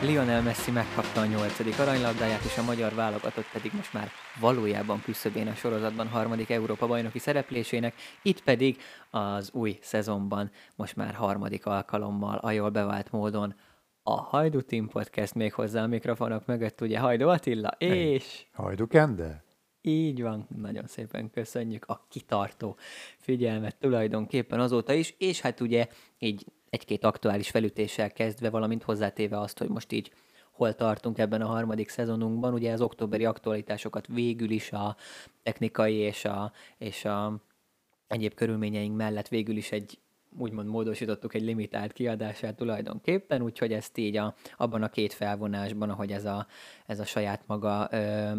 Lionel Messi megkapta a 8. aranylabdáját, és a magyar válogatott pedig most már valójában küszöbén a sorozatban 3. Európa-bajnoki szereplésének, itt pedig az új szezonban most már 3. alkalommal a jól bevált módon a Hajdú Team Podcast, méghozzá a mikrofonok mögött ugye Hajdú Attila, és... Hajdú Kende? Így van, nagyon szépen köszönjük a kitartó figyelmet tulajdonképpen azóta is, és hát ugye így egy-két aktuális felütéssel kezdve, valamint hozzátéve azt, hogy most így hol tartunk ebben a 3. szezonunkban. Ugye az októberi aktualitásokat végül is a technikai és a egyéb körülményeink mellett végül is egy úgymond módosítottuk egy limitált kiadását tulajdonképpen, úgyhogy ezt így abban a két felvonásban, ahogy ez a saját maga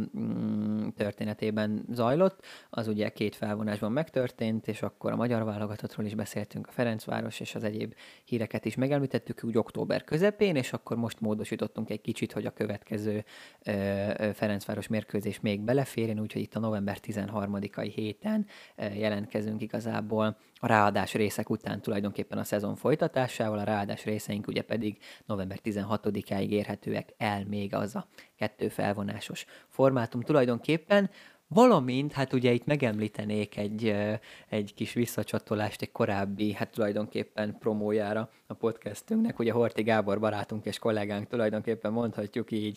történetében zajlott, az ugye két felvonásban megtörtént, és akkor a magyar válogatottról is beszéltünk, a Ferencváros és az egyéb híreket is megemlítettük úgy október közepén, és akkor most módosítottunk egy kicsit, hogy a következő Ferencváros mérkőzés még beleférjen, úgyhogy itt a november 13-ai héten jelentkezünk igazából a ráadás részek után tulajdonképpen a szezon folytatásával, a ráadás részeink ugye pedig november 16-áig érhetőek el még az a 2 felvonásos formátum tulajdonképpen, valamint, hát ugye itt megemlítenék egy kis visszacsatolást egy korábbi, hát tulajdonképpen promójára a podcastünknek, ugye Horthy Gábor barátunk és kollégánk tulajdonképpen mondhatjuk így,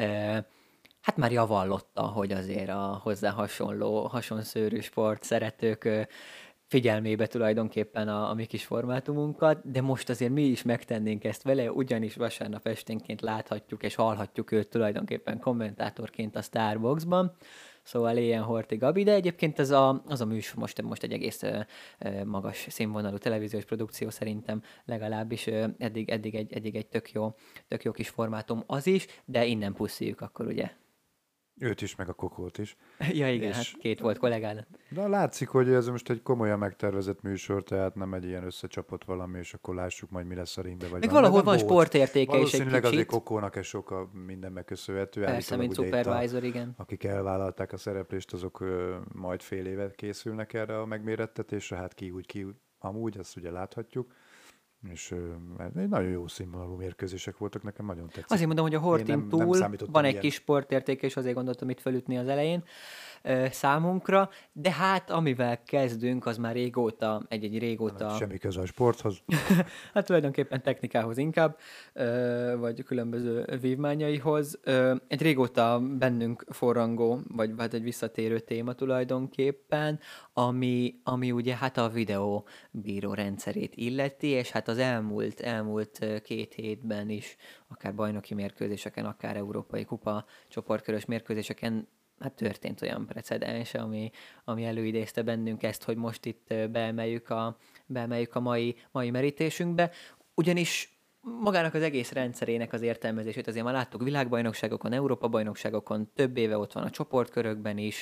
hát már javallotta, hogy azért a hozzá hasonszőrű sport szeretők figyelmébe tulajdonképpen a mi kis formátumunkat, de most azért mi is megtennénk ezt vele, ugyanis vasárnap esténként láthatjuk és hallhatjuk őt tulajdonképpen kommentátorként a Starboxban, szóval ilyen Horthy Gabi, de egyébként az a műsor most egy egész magas színvonalú televíziós produkció szerintem, legalábbis eddig egy tök jó kis formátum az is, de innen puszíjuk akkor ugye. Őt is, meg a Kokót is. Ja igen, hát két volt kollégád. De látszik, hogy ez most egy komolyan megtervezett műsor, tehát nem egy ilyen összecsapott valami, és akkor lássuk majd, mi lesz a ringbe. Vagy még valahol van sportértéke is egy kicsit. Valószínűleg azért Kokónak ez sok minden megköszönhető. Persze, mint supervisor, igen. Akik elvállalták a szereplést, azok majd fél évet készülnek erre a megmérettetésre, hát ki amúgy, ezt ugye láthatjuk. És nagyon jó színvonalú mérkőzések voltak, nekem nagyon tetszik. Azért mondom, hogy a Horthin túl van egy kis sportértéke, és azért gondoltam itt felütni az elején számunkra, de hát amivel kezdünk, az már régóta, régóta... Semmi köze a sporthoz. Hát tulajdonképpen technikához inkább, vagy különböző vívmányaihoz. Egy régóta bennünk forrangó, vagy hát egy visszatérő téma tulajdonképpen, ami ugye hát a videóbíró rendszerét illeti, és hát az elmúlt 2 hétben is, akár bajnoki mérkőzéseken, akár európai kupa csoportkörös mérkőzéseken hát történt olyan precedens, ami előidézte bennünk ezt, hogy most itt beemeljük a mai merítésünkbe, ugyanis magának az egész rendszerének az értelmezését azért már láttuk világbajnokságokon, Európa-bajnokságokon, több éve ott van a csoportkörökben is,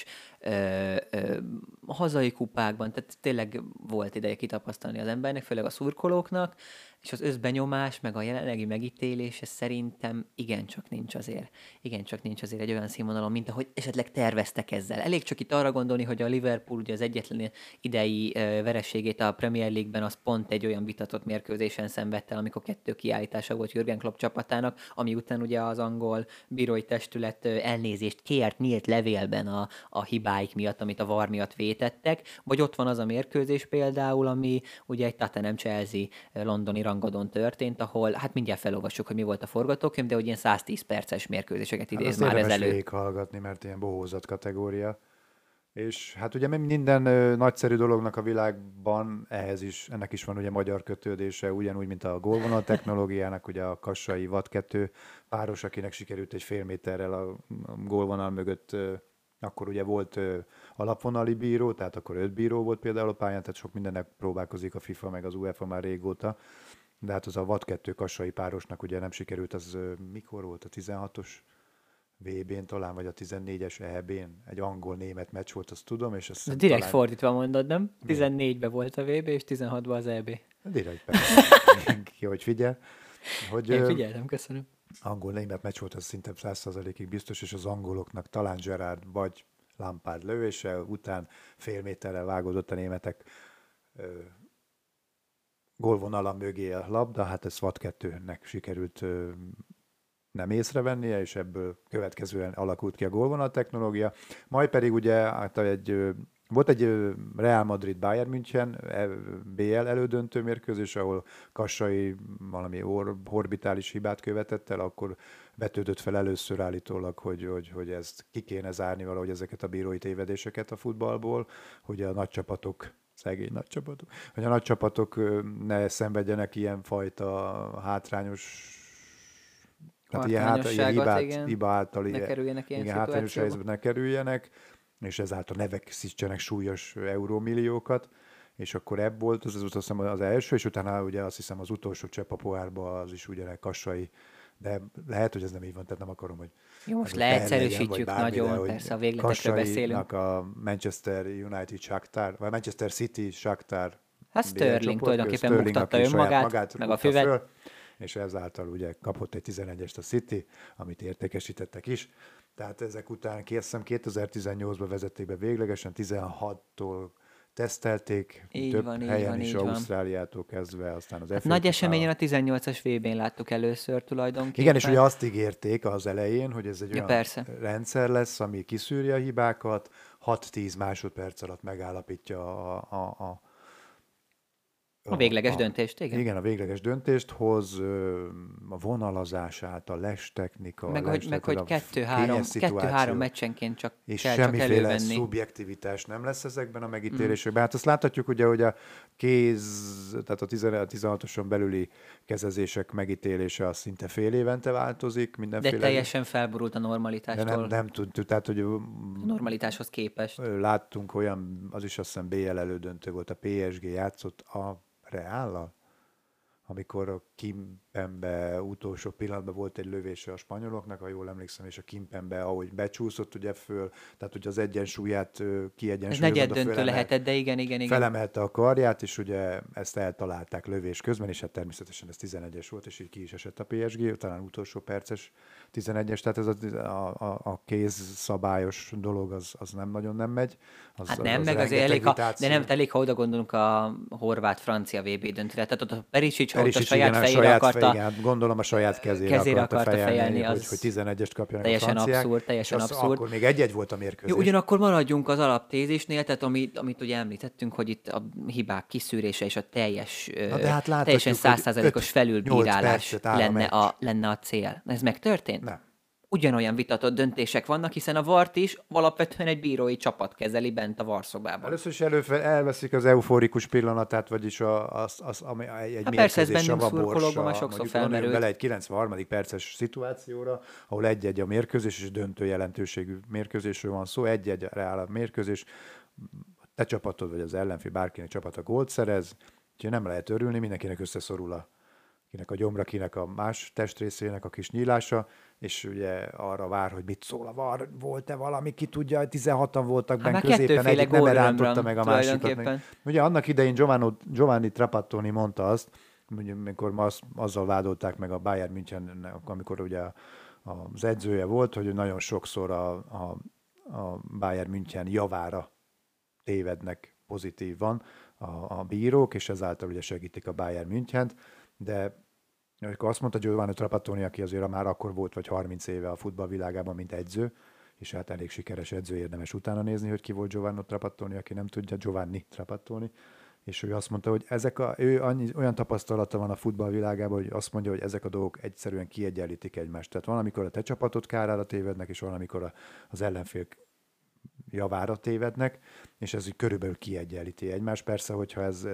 a hazai kupákban, tehát tényleg volt ideje kitapasztalni az embernek, főleg a szurkolóknak, és az összbenyomás, meg a jelenlegi megítélése szerintem igencsak nincs azért egy olyan színvonalon, mint ahogy esetleg terveztek ezzel. Elég csak itt arra gondolni, hogy a Liverpool ugye az egyetlen idei vereségét a Premier League-ben az pont egy olyan vitatott mérkőzésen szenvedte el, amikor 2 kiállítása volt Jürgen Klopp csapatának, ami után ugye az angol bírói testület elnézést kért nyílt levélben a hibáik miatt, amit a VAR miatt vétettek, vagy ott van az a mérkőzés például, ami ugye egy Tottenham Chelsea londoni rangadón történt, ahol, hát mindjárt felolvassuk, hogy mi volt a forgatókönyv, de hogy ilyen 110 perces mérkőzéseket idéz már ez elő. Hallgatni, mert ilyen bohózat kategória. És hát ugye minden nagyszerű dolognak a világban ennek is van ugye magyar kötődése, ugyanúgy, mint a gólvonal technológiának, ugye a kassai vad 2 páros, akinek sikerült egy fél méterrel a gólvonal mögött, akkor ugye volt alapvonali bíró, tehát akkor 5 bíró volt például a pályán, tehát sok mindennek próbálkozik a FIFA meg az UEFA már régóta, de hát az a vad 2 kassai párosnak ugye nem sikerült, az mikor volt a 16-os VB-n talán, vagy a 14-es EB-n, egy angol-német meccs volt, azt tudom, és azt direkt talán... fordítva mondod, nem? 14-ben volt a VB, és 16-ban az EB. Direkt, persze. Ki, hogy figyel. Én figyeltem, köszönöm. Angol-német meccs volt, az szinte 100%-ig biztos, és az angoloknak talán Gerrard vagy Lampard lövése után fél méterrel vágódott a németek gólvonala mögé a labda, hát ez vad 2-nek sikerült nem észrevennie, és ebből következően alakult ki a gólvonal technológia. Majd pedig ugye volt egy Real Madrid-Bayern München BL elődöntő mérkőzés, ahol Kassai valami orbitális hibát követett el, akkor vetődött fel először állítólag, hogy ezt ki kéne zárni valahogy ezeket a bírói tévedéseket a futballból, hogy a nagy csapatok, szegény nagy csapatok, hogy a nagy csapatok ne szenvedjenek ilyen fajta hátrányos, tehát ilyen hiba által ne kerüljenek ilyen hátrányos helyzetbe ne kerüljenek, és ezáltal ne veszítsenek súlyos eurómilliókat, és akkor ebb volt az első, és utána ugye azt hiszem az utolsó csepp a pohárba az is ugye Kassai, de lehet, hogy ez nem így van, tehát nem akarom, hogy... Jó, most leegyszerűsítjük nagyon, persze a végletekről beszélünk. A Manchester United Shakhtar, vagy Manchester City Shakhtar. Hát Sterling tulajdonképpen mutatta önmagát, meg a füvet. És ezáltal ugye kapott egy 11-est a City, amit értékesítettek is. Tehát ezek után hiszem 2018-ban vezették be véglegesen, 16-tól tesztelték, helyen is, Ausztráliától kezdve, aztán az nagy eseményen a 18-as VB-n láttuk először tulajdonképpen. Igen, és ugye azt ígérték az elején, hogy ez egy olyan rendszer lesz, ami kiszűri a hibákat, 6-10 másodperc alatt megállapítja a végleges döntést, igen. Igen, a végleges döntést hoz a vonalazását, a lestechnika, meg hogy 2-3 meccsenként csak és kell semmiféle elővenni. Szubjektivitás nem lesz ezekben a megítélésekben. Hát azt láthatjuk ugye, hogy a tehát a 16-oson belüli kezezések megítélése az szinte fél évente változik. De teljesen felborult a normalitástól. De nem tudtuk, tehát hogy a normalitáshoz képest. Láttunk olyan, az is azt hiszem BL elődöntő volt, a PSG játszott a Reállal, amikor a Kimpembe utolsó pillanatban volt egy lövése a spanyoloknak, ha jól emlékszem, és a Kimpembe, ahogy becsúszott ugye föl, tehát hogy az egyensúlyát kiegyensúlyozott. Ez negyeddöntő lehetett, de igen. Felemelte a karját, és ugye ezt eltalálták lövés közben, és hát természetesen ez 11-es volt, és így ki is esett a PSG, talán utolsó perces 11-es, tehát ez a kézszabályos dolog az nem nagyon nem megy. Hát nem, meg azért elég, ha oda gondolunk a horvát-francia VB döntőre, tehát ott a Perisic a saját fejére akarta, gondolom a saját kezére akarta fejelni, hogy 11-est kapjanak a franciák. Teljesen abszurd. Akkor még 1-1 volt a mérkőzés. Jó, ugyanakkor maradjunk az alaptézisnél, tehát amit ugye említettünk, hogy itt a hibák kiszűrése és a teljesen 100%-os felülbírálás lenne a cél. Ez megtörtént? Nem. Ugyanolyan vitatott döntések vannak, hiszen a VAR-t is alapvetően egy bírói csapat kezeli bent a VAR-szobában. Először is elveszik az euforikus pillanatát, vagyis ami egy mérkőzés a borsa. Sokszor felmerült. Bele egy 93. perces szituációra, ahol 1-1 a mérkőzés, és döntő jelentőségű mérkőzésről van szó, 1-1 áll a mérkőzés, te csapatod, vagy az ellenfél bárkinek csapata gólt szerez, úgyhogy nem lehet örülni, mindenkinek összeszorul kinek a gyomra, kinek a más testrészének a kis nyílása, és ugye arra vár, hogy mit szól a VAR, volt-e valami, ki tudja, 16-an voltak benne középen, egyik nem rántotta meg a másikat. Ugye annak idején Giovanni Trapattoni mondta azt, amikor azzal vádolták meg a Bayern München, amikor ugye az edzője volt, hogy nagyon sokszor a Bayern München javára tévednek pozitívan a bírók, és ezáltal ugye segítik a Bayern Münchent, de amikor azt mondta Giovanni Trapattoni, aki azért már akkor volt, vagy 30 éve a futballvilágában, mint edző, és hát elég sikeres edző, érdemes utána nézni, hogy ki volt Giovanni Trapattoni, aki nem tudja, Giovanni Trapattoni, és ő azt mondta, hogy olyan tapasztalata van a futballvilágában, hogy azt mondja, hogy ezek a dolgok egyszerűen kiegyenlítik egymást. Tehát van, amikor a te csapatod kárára tévednek, és van, amikor az ellenfél javára tévednek, és ez így körülbelül kiegyenlíti egymást. Persze, hogyha ez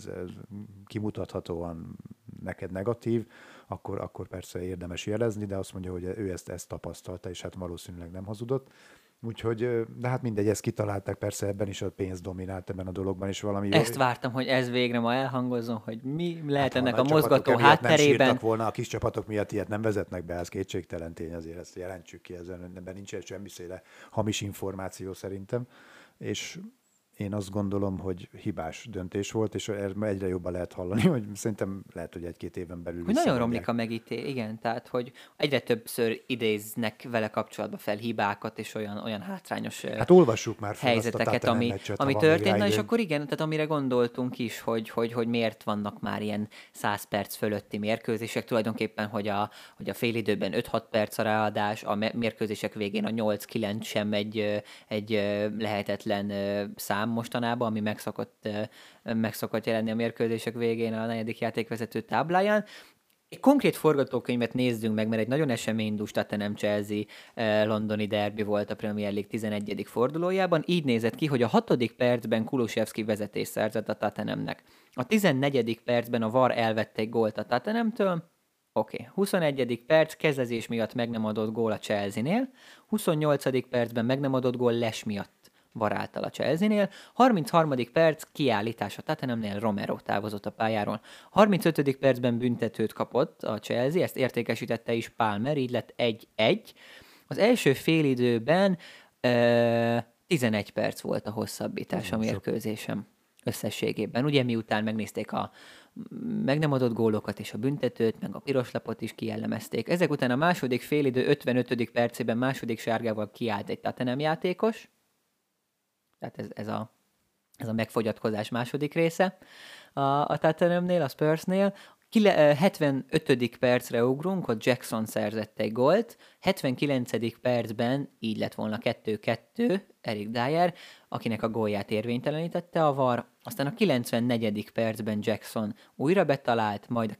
kimutathatóan neked negatív, akkor persze érdemes jelezni, de azt mondja, hogy ő ezt tapasztalta, és hát valószínűleg nem hazudott. Úgyhogy, de hát mindegy, ezt kitalálták, persze ebben is a pénz dominált ebben a dologban is valami. Ezt vártam, hogy ez végre ma elhangozzon, hogy mi lehet ennek a mozgató hátterében. Nem sírtak volna, a kis csapatok miatt ilyet nem vezetnek be, ez kétségtelen tény, azért ezt jelentsük ki, ebben nincs semmiféle hamis információ szerintem. És én azt gondolom, hogy hibás döntés volt, és egyre jobban lehet hallani, hogy szerintem lehet, hogy 1-2 éven belül Hogy nagyon visszavonják. romlik a igen, tehát hogy egyre többször idéznek vele kapcsolatba fel hibákat, és olyan hátrányos Hát olvassuk már fel azt a helyzeteket, Tottenham meccset, ami ha van még történt. rá Na és időnk. akkor igen, tehát amire gondoltunk is, hogy miért vannak már ilyen 100 perc fölötti mérkőzések, tulajdonképpen, hogy a félidőben 5-6 perc a ráadás, a mérkőzések végén a 8-9 sem egy lehetetlen szám mostanában, ami megszokott jelenni a mérkőzések végén a negyedik játékvezető tábláján. Egy konkrét forgatókönyvet nézzünk meg, mert egy nagyon eseménydús Tottenham-Chelsea londoni derbi volt a Premier League 11. fordulójában. Így nézett ki, hogy a 6. percben Kulusevski vezetés szerzett a Tottenhamnek. A 14. percben a VAR elvette egy gólt a Tottenhamtől. Oké. 21. perc, kezezés miatt meg nem adott gól a Chelsea-nél. 28. percben meg nem adott gól Les miatt VAR által a Chelsea-nél. 33. perc, kiállítás a Tottenhamnél, Romero távozott a pályáról. 35. percben büntetőt kapott a Chelsea, ezt értékesítette is Palmer, így lett 1-1. Az első félidőben 11 perc volt a hosszabbítás a mérkőzésem összességében. Ugye miután megnézték a meg nem adott gólokat és a büntetőt, meg a piros lapot is kijellemezték. Ezek után a második félidő 55. percében második sárgával kiállt egy Tottenham játékos, tehát ez a megfogyatkozás második része a Tottenhamnél, a Spursnél. 75. percre ugrunk, ott Jackson szerzett egy gólt, 79. percben így lett volna 2-2, Eric Dyer, akinek a gólját érvénytelenítette a VAR, aztán a 94. percben Jackson újra betalált, majd a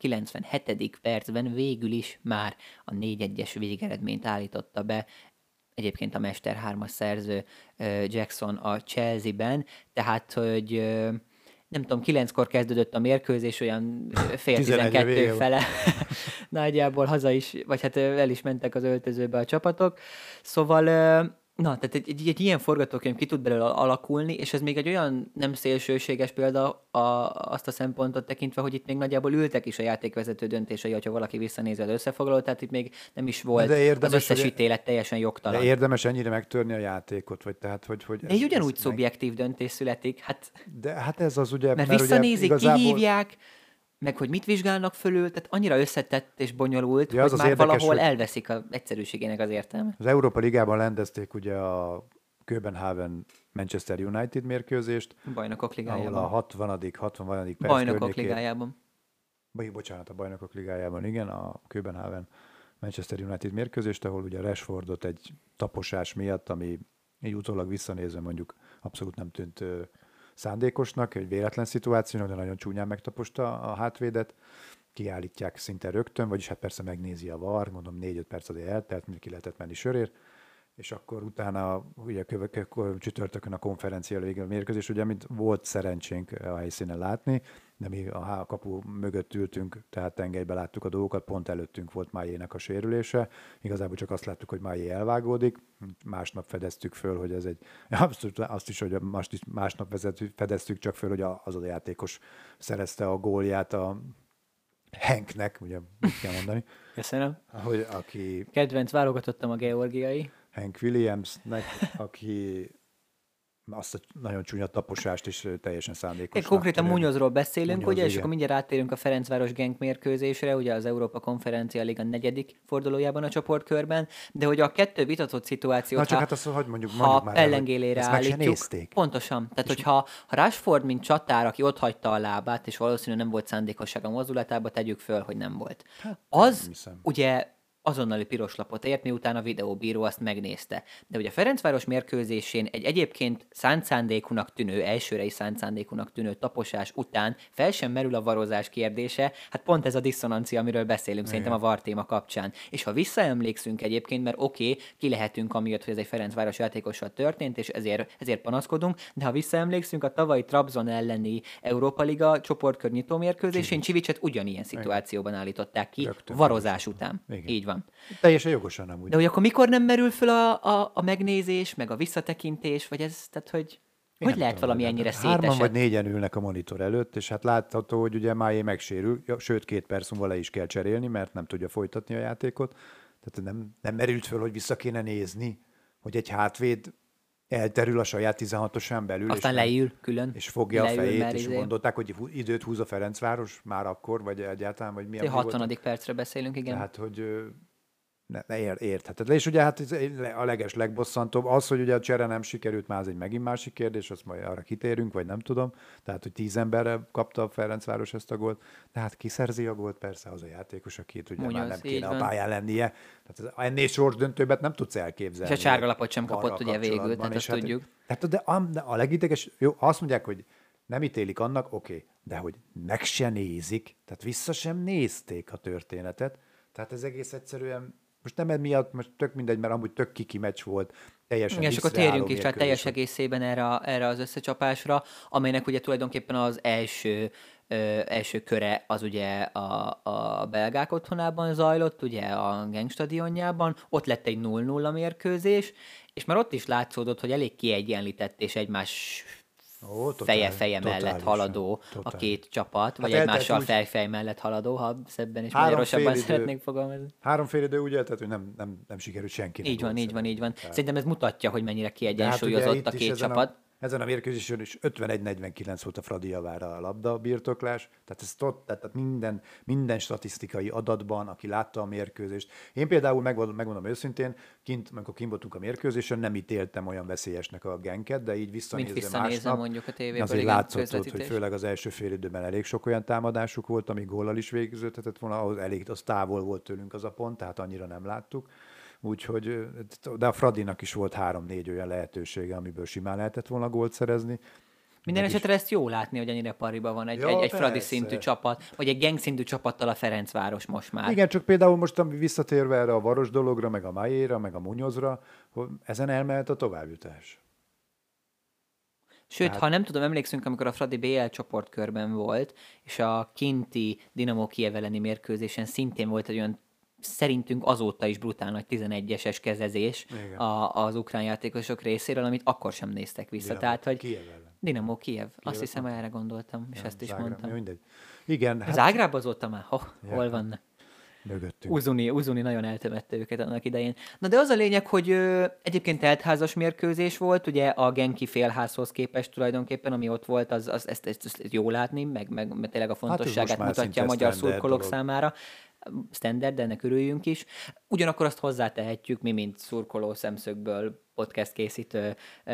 97. percben végül is már a 4-1-es végeredményt állította be, egyébként a Mester 3-as szerző Jackson a Chelsea-ben, tehát, hogy nem tudom, 9-kor kezdődött a mérkőzés, olyan fél 12 fele. Nagyjából haza is, vagy hát el is mentek az öltözőbe a csapatok. Szóval, tehát egy ilyen forgatókönyv ki tud belőle alakulni, és ez még egy olyan nem szélsőséges példa azt a szempontot tekintve, hogy itt még nagyjából ültek is a játékvezető döntései, hogyha valaki visszanézi az összefoglalót, tehát itt még nem is volt az összes ítélet teljesen jogtalan. De érdemes ennyire megtörni a játékot, vagy tehát, hogy ez ugyanúgy szubjektív döntés születik. De hát ez az ugye... Mert visszanézik, igazából... kihívják, meg hogy mit vizsgálnak fölül, tehát annyira összetett és bonyolult, hogy már érdekes, valahol elveszik az egyszerűségének az értelme. Az Európa Ligában rendezték ugye a Köbenhavn Manchester United mérkőzést. Bajnokok ligájában. Ahol a 60. perc Bajnokok ligájában. Bocsánat, a Bajnokok ligájában, igen, a Köbenhavn Manchester United mérkőzést, ahol ugye Rashfordot egy taposás miatt, ami így utólag visszanézve mondjuk abszolút nem tűnt szándékosnak, egy véletlen szituáció, de nagyon csúnyán megtaposta a hátvédet, kiállítják szinte rögtön, vagyis hát persze megnézi a VAR, mondom 4-5 perc azért eltelt, ki lehetett menni sörér, és akkor utána ugye csütörtökön a konferencia végén a mérkőzés, ugye mint volt szerencsénk a helyszínen látni, de mi a kapu mögött ültünk, tehát tengelybe láttuk a dolgokat, pont előttünk volt Májének a sérülése, igazából csak azt láttuk, hogy Májé elvágódik, másnap fedeztük föl, hogy ez egy, azt is, hogy másnap fedeztük csak föl, hogy az a játékos szerezte a gólját a Hanknek, ugye mit kell mondani. Köszönöm. Aki... Kedvenc válogatottam a georgiai. Hank Williamsnek, aki azt a nagyon csúnya taposást is teljesen szándékosnak. Konkrétan Munyozról beszélünk, ugye, és akkor mindjárt áttérünk a Ferencváros Genk mérkőzésre, ugye az Európa Konferencia Liga 4. fordulójában a csoportkörben, de hogy a kettő vitatott szituációt, csak hát azt, hogy mondjuk ha pellengélére állítjuk, pontosan, tehát és hogyha Rashford, mint csatár, aki ott hagyta a lábát, és valószínűleg nem volt szándékosság a mozdulatába, tegyük föl, hogy nem volt. Hát, az ugye azonnali piros lapot ért, miután a videóbíró azt megnézte. De ugye a Ferencváros mérkőzésén egy egyébként szánt szándékúnak tűnő, elsőre is szánt szándékúnak tűnő taposás után fel sem merül a varozás kérdése, hát pont ez a diszonancia, amiről beszélünk szerintem a VAR téma kapcsán. És ha visszaemlékszünk egyébként, mert ki lehetünk amiatt, hogy ez egy Ferencváros játékossal történt, és ezért panaszkodunk, de ha visszaemlékszünk a tavalyi Trabzon elleni Európa Liga csoportkör nyitó mérkőzésén, Csivicset ugyanilyen szituációban állították ki, varozás után. Így van. Teljesen jogosan nem úgy. De hogy akkor mikor nem merül föl a megnézés, meg a visszatekintés, vagy ez, tehát hogy lehet valami ennyire szétesett? 3 vagy 4-en ülnek a monitor előtt, és hát látható, hogy ugye Májé megsérül, sőt 2 perc múlva le is kell cserélni, mert nem tudja folytatni a játékot. Tehát nem merült föl, hogy vissza kéne nézni, hogy egy hátvéd elterül a saját 16-osán belül, Aztán leül külön. és fogja a Leül, fejét, mert és gondolták, hogy időt húz a Ferencváros már akkor, vagy egyáltalán, vagy milyen 60. percre beszélünk, igen. Tehát, hogy érthetetlen. És ugye hát ez a legbosszantóbb az, hogy ugye a csere nem sikerült, már az egy megint másik kérdés, azt majd arra kitérünk, vagy nem tudom. Tehát, hogy 10 emberre kapta a Ferencváros ezt a gólt. De hát kiszerzi a gólt? Persze az a játékos, akit ugye már nem kéne a pályán lennie. Tehát ennél sorsdöntőbbet nem tudsz elképzelni. És a sárgalapot sem kapott ugye végül, tehát azt tudjuk. Tehát, de a legidéges, jó, azt mondják, hogy nem ítélik annak, oké, de hogy meg se nézik, tehát vissza sem nézték a történetet. Tehát ez egész egyszerűen, most nem emiatt, most tök mindegy, mert amúgy tök kiki meccs volt, teljesen igen, és akkor térjünk is tehát teljes egészében erre az összecsapásra, amelynek ugye tulajdonképpen az első köre az ugye a belgák otthonában zajlott, ugye a Genk stadionjában, ott lett egy 0-0 mérkőzés, és már ott is látszódott, hogy elég kiegyenlített és egymás feje mellett haladó a két csapat, vagy egymással fej mellett haladó, ha szebben és magyarosabban szeretnék fogalmazni. 3 fél idő úgy eltett, hogy nem sikerült senkinek. Így van. Szerintem ez mutatja, hogy mennyire kiegyensúlyozott a két csapat. Ezen a mérkőzésen is 51-49 volt a Fradi javára a labdabirtoklás, tehát minden statisztikai adatban, aki látta a mérkőzést. Én például megmondom őszintén, amikor kint voltunk a mérkőzésen, nem ítéltem olyan veszélyesnek a Genket, de így visszanézve másnap, mondjuk a tévéből, azért látszott, hogy főleg az első fél időben elég sok olyan támadásuk volt, ami góllal is végződhetett volna, az távol volt tőlünk az a pont, tehát annyira nem láttuk. Úgyhogy, de a Fradinak is volt 3-4 olyan lehetősége, amiből simán lehetett volna gólt szerezni. Minden esetre ezt jó látni, hogy ennyire pariba van egy Fradi szintű csapat, vagy egy Genk szintű csapattal a Ferencváros most már. Igen, csak például most visszatérve erre a Varos dologra, meg a Májéra, meg a Munyozra, hogy ezen elmehet a továbbjutás. Sőt, ha nem tudom, emlékszünk, amikor a Fradi BL csoportkörben volt, és a kinti Dinamo Kijev elleni mérkőzésen szintén volt egy olyan szerintünk azóta is brutál nagy 11-es kezezés az ukrán játékosok részéről, amit akkor sem néztek vissza. Tehát, hogy Dinamo Kijev. Azt hiszem, erre gondoltam, és ezt is mondtam. Mindegy. Igen. Zágráb azóta már? Hol vannak? Mögöttünk. Uzuni nagyon eltemette őket annak idején. Na de az a lényeg, hogy egyébként teltházas mérkőzés volt, ugye a genki félházhoz képest tulajdonképpen, ami ott volt, ezt jó látni, meg tényleg a fontosságát mutatja a magyar szurkolók számára. Standard, de ennek örüljünk is. Ugyanakkor azt hozzátehetjük, mi, mint szurkoló szemszögből podcast készítő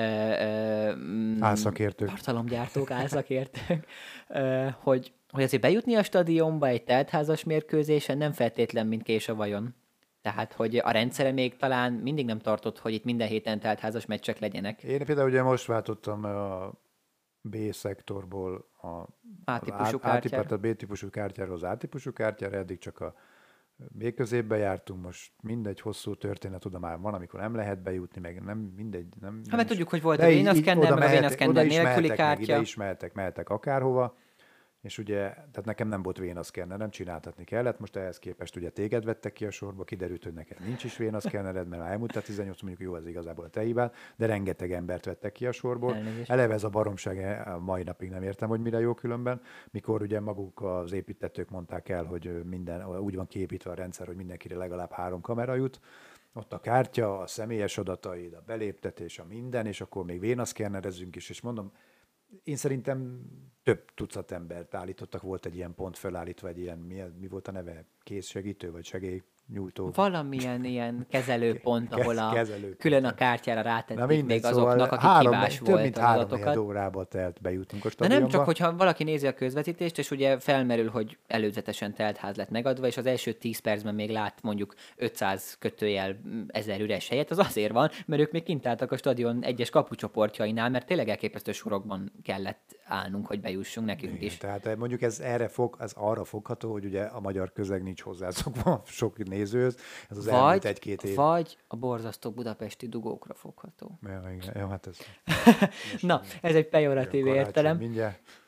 álszakértők, tartalomgyártók, álszakértők, hogy azért bejutni a stadionba egy teltházas mérkőzésen nem feltétlen, mint kés a vajon. Tehát, hogy a rendszere még talán mindig nem tartott, hogy itt minden héten teltházas meccsek legyenek. Én például ugye most váltottam a B-szektorból A-típusú kártyára. A B-típusú kártyáról az A-típusú kártyára, eddig csak a B-középbe jártunk, most mindegy hosszú történet, oda már van, amikor nem lehet bejutni, meg nem mindegy. Mert tudjuk, hogy volt a Vénaszkenner, meg a Vénaszkenner nélküli kártya. Ide is mehetek akárhova, és ugye, tehát nekem nem volt vénaszkenner, nem csináltatni kellett, most ehhez képest ugye téged vettek ki a sorba, kiderült, hogy neked nincs is vénaszkennered, mert elmúlt a 18, mondjuk jó, az igazából a te hibád, de rengeteg embert vettek ki a sorból. Eleve ez a baromság, a mai napig nem értem, hogy mire jó különben, mikor ugye maguk az építetők mondták el, hogy minden úgy van kiépítve a rendszer, hogy mindenkire legalább 3 kamera jut, ott a kártya, a személyes adataid, a beléptetés, a minden, és akkor még vénaszkennerezünk is, és mondom, én szerintem több tucat embert állítottak, volt egy ilyen pont felállítva, egy ilyen, mi volt a neve? Kézsegítő, vagy segélynyújtó? Valamilyen ilyen kezelőpont, ahol külön a kártyára rátették még azoknak, akik hibás volt. Több mint 3 órába telt bejutunk a stadionba. De nem csak, hogyha valaki nézi a közvetítést, és ugye felmerül, hogy előzetesen teltház lett megadva, és az első 10 percben még lát mondjuk 500 kötőjel 1000 üres helyet, az azért van, mert ők még kint álltak a stadion egyes kapucsoportjainál, mert tényleg elképesztő sorokban kellett állnunk, hogy bejussunk nekünk is. Tehát mondjuk ez arra fogható, hogy ugye a magyar közeg nincs hozzászokva sok nézőhöz. Ez az elmúlt 1-2 év. Vagy a borzasztó budapesti dugókra fogható. Ja, hát ez... Na, ez egy pejoratív értelem. Mindjárt.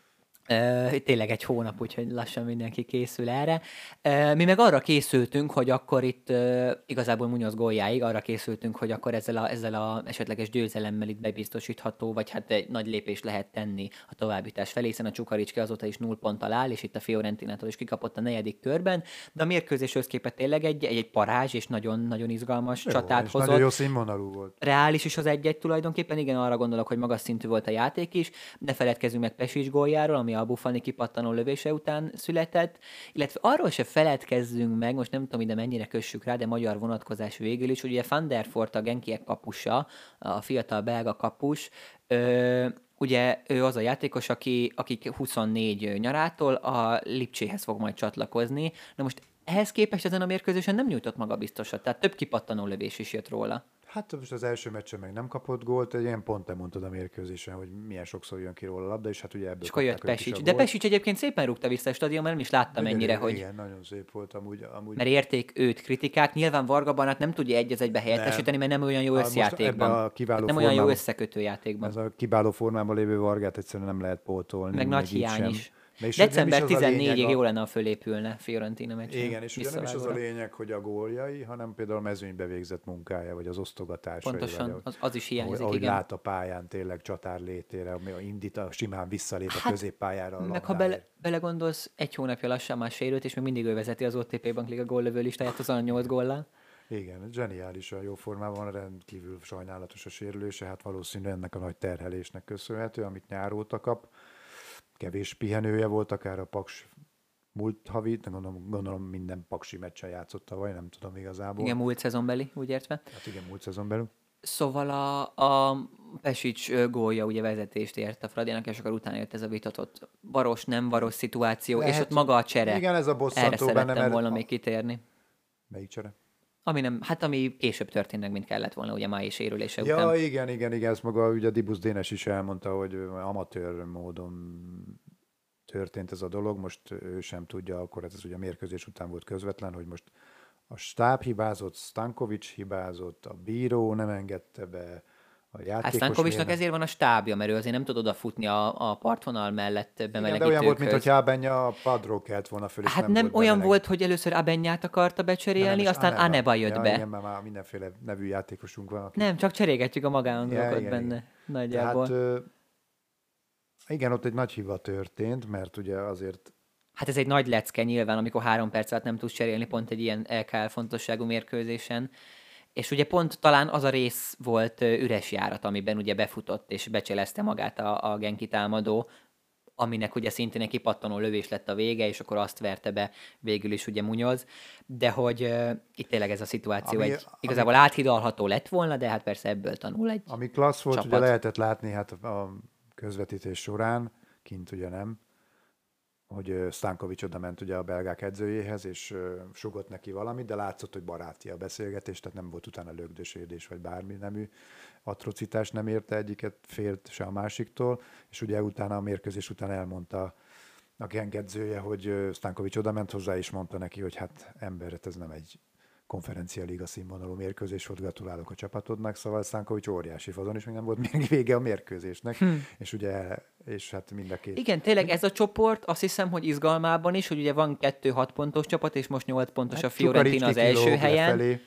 Tényleg egy hónap, úgyhogy lassan mindenki készül erre. Mi meg arra készültünk, hogy akkor itt igazából Muñoz góljáig arra készültünk, hogy akkor ezzel a esetleges győzelemmel itt bebiztosítható, vagy hát egy nagy lépés lehet tenni a továbbjutás felé, hiszen a Csukaricske azóta is 0 ponttal áll, és itt a Fiorentinától is kikapott a 4. körben, de a mérkőzéshez képest tényleg egy parázs és nagyon-nagyon izgalmas Jó, csatát és hozott. nagyon jó színvonalú volt. Reális is az 1-1 tulajdonképpen, igen, arra gondolok, hogy magas szintű volt a játék is. Ne feledkezzünk meg Pesics góljáról, ami a Buffoni kipattanó lövése után született, illetve arról se feledkezzünk meg, most nem tudom ide mennyire kössük rá, de magyar vonatkozás végül is, hogy ugye Van der Voort a Genkiek kapusa, a fiatal belga kapus, ugye ő az a játékos, aki 24 nyarától a Lipcséhez fog majd csatlakozni. Na most ehhez képest ezen a mérkőzésen nem nyújtott magabiztosat, tehát több kipattanó lövés is jött róla. Hát most az első meccsen meg nem kapott gólt, egy ilyen pont te mondtad a mérkőzésen, hogy milyen sokszor jön ki róla a labda, és hát ugye ebből És akkor jött kapták ők is Pesics. a De gólt. Pesics egyébként szépen rúgta vissza a stadionban, nem is láttam ennyire, Igen, hogy... igen, nagyon szép volt amúgy. Mert érték őt kritikák. Nyilván Varga Banát nem tudja egy az egybe helyettesíteni, mert nem olyan jó összjátékban. A kiváló Nem olyan jó formában- összekötő játékban. Ez a kiváló formában lévő Vargát egyszerűen nem lehet pótolni. Meg nagy így hiány sem. is. És December nem is az a 14-ig lényeg jó lenne, ha fölépülne Fiorentina meccsen. Igen, és ugye nem is az a visszavágóra. lényeg, hogy a góljai, hanem például a mezőnybe végzett munkája, vagy az osztogatásai. Pontosan, vagy az is hiányzik, ahogy igen. lát a pályán tényleg csatár létére, ami indít, simán visszalép a Hát, középpályára a Meg ha labdáért. belegondolsz, egy hónapja lassan már sérült, és még mindig ő vezeti az OTP Bankliga góllövő listáját az 8 góllal. Igen, zseniális a jó formában, rendkívül sajnálatos a sérülése, hát valószínűleg ennek a nagy terhelésnek köszönhető, amit nyár óta kap. Kevés pihenője volt, akár a Paks múlt havi, gondolom minden paksi meccsen játszott tavaly, nem tudom igazából. Igen, múlt szezonbeli, úgy értve. Hát igen, múlt szezon belül. Szóval a Pesics gólja ugye vezetést ért a Fradinak, és akkor utána jött ez a vitatott varos, nem varos szituáció, és ott maga a csere. Igen, ez a Erre bosszantó benne, szerettem mert... volna még kitérni. Melyik csere? Ami később történt meg, mint kellett volna, ugye mai sérülése Ja, után. igen, ezt maga ugye Dibusz Dénes is elmondta, hogy amatőr módon történt ez a dolog, most ő sem tudja, akkor ez ugye a mérkőzés után volt közvetlen, hogy most a stáb hibázott, Stankovics hibázott, a bíró nem engedte be, a játékos... Hát Stankovicsnak miért nem- ezért van a stábja, mert ő azért nem tud odafutni a partvonal mellett Igen, de bemelegítőkhöz. olyan volt, mintha Ábenya a padról kelt volna föl, és Hát nem volt olyan bemeleg- volt, hogy először Abenyát akarta becserélni, és aztán Aneba jött ja, be. Igen, mert már mindenféle nevű játékosunk van, aki... Nem, csak cserégetjük a magánangolokat igen, benne. igen. Nagyjából. Tehát, igen, ott egy nagy hiba történt, mert ugye azért Hát ez egy nagy lecke nyilván, amikor 3 perc alatt nem tudsz cserélni pont egy ilyen LKL fontosságú mérkőzésen. És ugye pont talán az a rész volt üres járat, amiben ugye befutott és becselezte magát a Genki támadó, aminek ugye szintén egy kipattanó lövés lett a vége, és akkor azt verte be végül is ugye Muñoz, de hogy itt tényleg ez a szituáció igazából áthidalható lett volna, de hát persze ebből tanul egy ami klassz volt, csapat. ugye lehetett látni hát a közvetítés során, kint ugye nem, hogy Stankovics oda ment ugye a belgák edzőjéhez, és sugott neki valamit, de látszott, hogy baráti a beszélgetés, tehát nem volt utána lögdösődés, vagy bármi nemű atrocitás nem érte egyiket, félt se a másiktól, és ugye utána a mérkőzés után elmondta a Genk edzője, hogy Stankovics oda ment hozzá, és mondta neki, hogy hát emberet, ez nem egy konferencia liga színvonalú mérkőzés volt, gratulálok a csapatodnak, szóval Stankovics óriási fazon, és még nem volt még vége a mérkőzésnek, és ugye, és hát mind a két... Igen, tényleg ez a csoport, azt hiszem, hogy izgalmában is, hogy ugye van 2 6 pontos csapat, és most 8 pontos a Fiorentina az első helyen. Lefelé.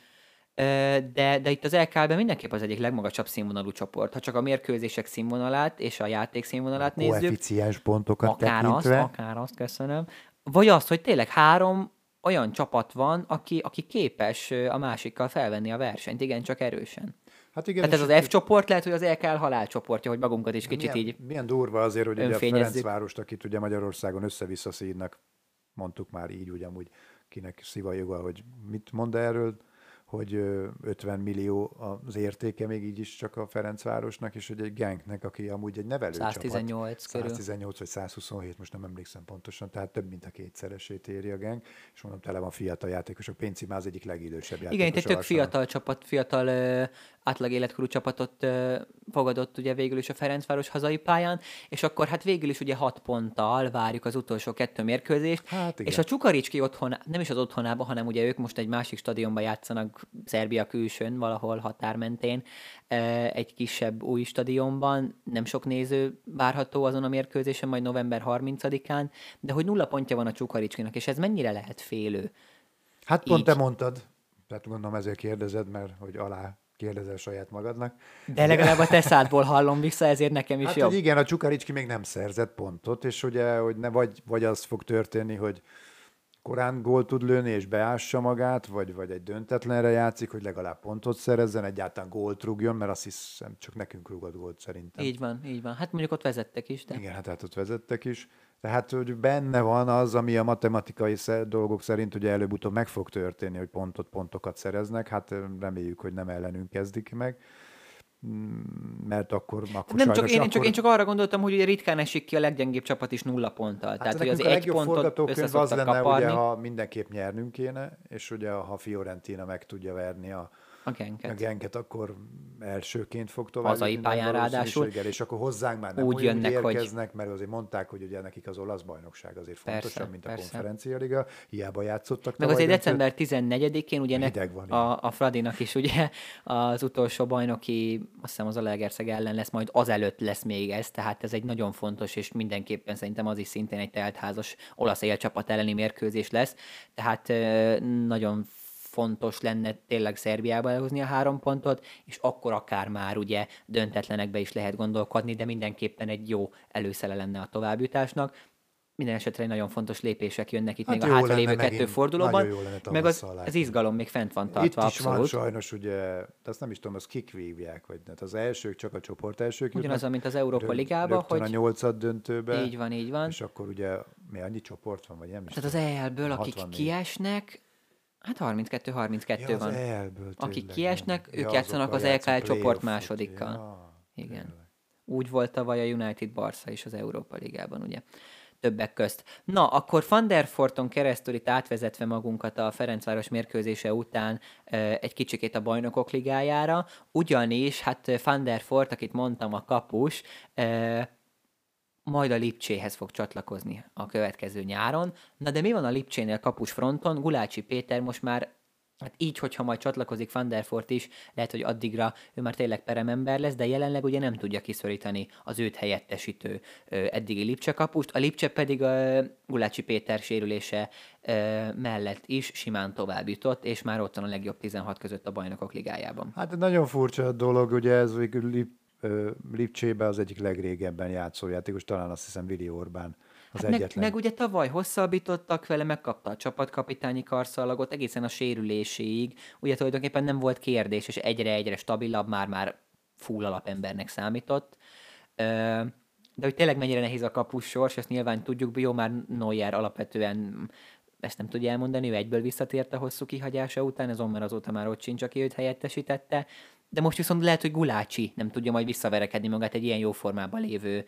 De itt az LKL-ben mindenképp az egyik legmagasabb színvonalú csoport. Ha csak a mérkőzések színvonalát és a játék színvonalát nézzük, Koeficiens pontokat akár azt, köszönöm. Vagy azt, hogy tényleg 3 olyan csapat van, aki képes a másikkal felvenni a versenyt, igen, csak erősen. Hát igen, Tehát ez az F csoport lehet, hogy az LKL halálcsoportja, hogy magunkat is kicsit így... Milyen durva azért, hogy ugye a önfényezzük. Ferencvárost, akit ugye Magyarországon össze-vissza szídnak, mondtuk már így, ugye amúgy kinek szíva joga, hogy mit mond erről, hogy 50 millió az értéke még így is csak a Ferencvárosnak, és hogy egy Genknek, aki amúgy egy nevelő 118 csapat. körül. 118 vagy 127, most nem emlékszem pontosan, tehát több mint a kétszeresét éri a Genk, és mondom, tele van fiatal játékosok. Pénci már az egyik legidősebb játékos. Igen, itt egy tök Arsenal. fiatal csapat, fiatal átlag életkorú csapatot fogadott ugye végül is a Ferencváros hazai pályán, és akkor hát végül is ugye 6 ponttal várjuk az utolsó 2 mérkőzést, Hát igen. és a Csukaricski otthon, nem is az otthonában, hanem ugye ők most egy másik stadionban játszanak, Szerbia külsőn, valahol határ mentén, egy kisebb új stadionban, nem sok néző várható azon a mérkőzésen, majd november 30-án, de hogy 0 pontja van a Csukaricskinak, és ez mennyire lehet félő? Hát pont te Így. mondtad, tehát gondolom ezért kérdezed, mert hogy alá kérdezel saját magadnak. De legalább a te szádból hallom vissza, ezért nekem is Hát, jobb. hogy igen, a Csukaricski még nem szerzett pontot, és ugye, hogy ne vagy az fog történni, hogy korán gólt tud lőni, és beássa magát, vagy egy döntetlenre játszik, hogy legalább pontot szerezzen, egyáltalán gólt rúgjon, mert azt hiszem, csak nekünk rúgott gólt szerintem. Így van, így van. Hát mondjuk ott vezettek is, de... Igen, hát ott vezettek is. Tehát, hogy benne van az, ami a matematikai dolgok szerint ugye előbb-utóbb meg fog történni, hogy pontokat szereznek. Hát reméljük, hogy nem ellenünk kezdik meg, mert akkor Nem csak, sajnos... én csak arra gondoltam, hogy ugye ritkán esik ki a leggyengébb csapat is 0 ponttal. Hát Tehát, hogy nekünk az a egy legjobb pontot össze forgatókönyv az szoktak lenne, kaparni. ugye, ha mindenképp nyernünk kéne, és ugye ha Fiorentina meg tudja verni a Genket. Genket, akkor elsőként fog tovább. Hazai pályán ráadásul. És akkor hozzánk már nem Úgy úgy jönnek, hogy- érkeznek, mert azért mondták, hogy ugye nekik az olasz bajnokság azért fontosabb, Persze, mint a persze. konferencialiga. Hiába játszottak Meg tavaly azért döntőt. december 14-én ugye Hideg van, a Fradinak is ugye az utolsó bajnoki, azt hiszem az Zalaegerszeg ellen lesz, majd azelőtt lesz még ez, tehát ez egy nagyon fontos, és mindenképpen szerintem az is szintén egy teltházas olasz élcsapat elleni mérkőzés lesz, tehát nagyon fontos lenne tényleg Szerbiába elhozni a 3 pontot, és akkor akár már ugye döntetlenekbe is lehet gondolkodni, de mindenképpen egy jó előszele lenne a továbbjutásnak. Minden esetre nagyon fontos lépések jönnek itt Hát még a jó hátralévő lenne 2 megint, fordulóban, nagyon jó lenne meg az tavasszal az látni. izgalom még fent van Itt tartva, is van abszolút. sajnos, ugye, de azt nem is tudom, az kik vívják, vagy hát az elsők csak a csoport elsők Ugyanaz, mint az Európa Ligában, rögtön hogy a 8 döntőbe. így van. És akkor ugye, mi annyi csoport van, vagy nem is Tehát az EL-ből, akik 64. kiesnek, hát 32-32 Ja, van. az EL-ből Akik tényleg, kiesnek, nem. ők játszanak azokkal az LKL játszanak csoport playoffot. másodikkal. Ja, Igen. tényleg. Úgy volt tavaly a United Barca is az Európa Ligában, ugye? Többek közt. Na, akkor Van der Forton keresztül itt átvezetve magunkat a Ferencváros mérkőzése után egy kicsikét a Bajnokok Ligájára, ugyanis hát Van der Fort, akit mondtam, a kapus, majd a Lipcséhez fog csatlakozni a következő nyáron. Na de mi van a Lipcsénél kapus fronton? Gulácsi Péter most már, hát így, hogyha majd csatlakozik Van der Fort is, lehet, hogy addigra ő már tényleg peremember lesz, de jelenleg ugye nem tudja kiszorítani az őt helyettesítő eddigi Lipcse kapust. A Lipcse pedig a Gulácsi Péter sérülése mellett is simán tovább jutott, és már ott van a legjobb 16 között a Bajnokok Ligájában. Hát nagyon furcsa dolog, ugye ez végül Lipcsébe az egyik legrégebben játszó játékos, talán azt hiszem Vili Orbán az Hát egyetlen. meg ugye tavaly hosszabbítottak vele, megkapta a csapatkapitányi karszalagot egészen a sérüléséig. Ugye tulajdonképpen nem volt kérdés, és egyre-egyre stabilabb, már full alapembernek számított. De hogy tényleg mennyire nehéz a kapus sors, ezt nyilván tudjuk, jó, már Neuer alapvetően ezt nem tudja elmondani, ő egyből visszatért a hosszú kihagyása után, azon már azóta már ott sincs, aki őt helyettesítette. De most viszont lehet, hogy Gulácsi nem tudja majd visszaverekedni magát egy ilyen jó formában lévő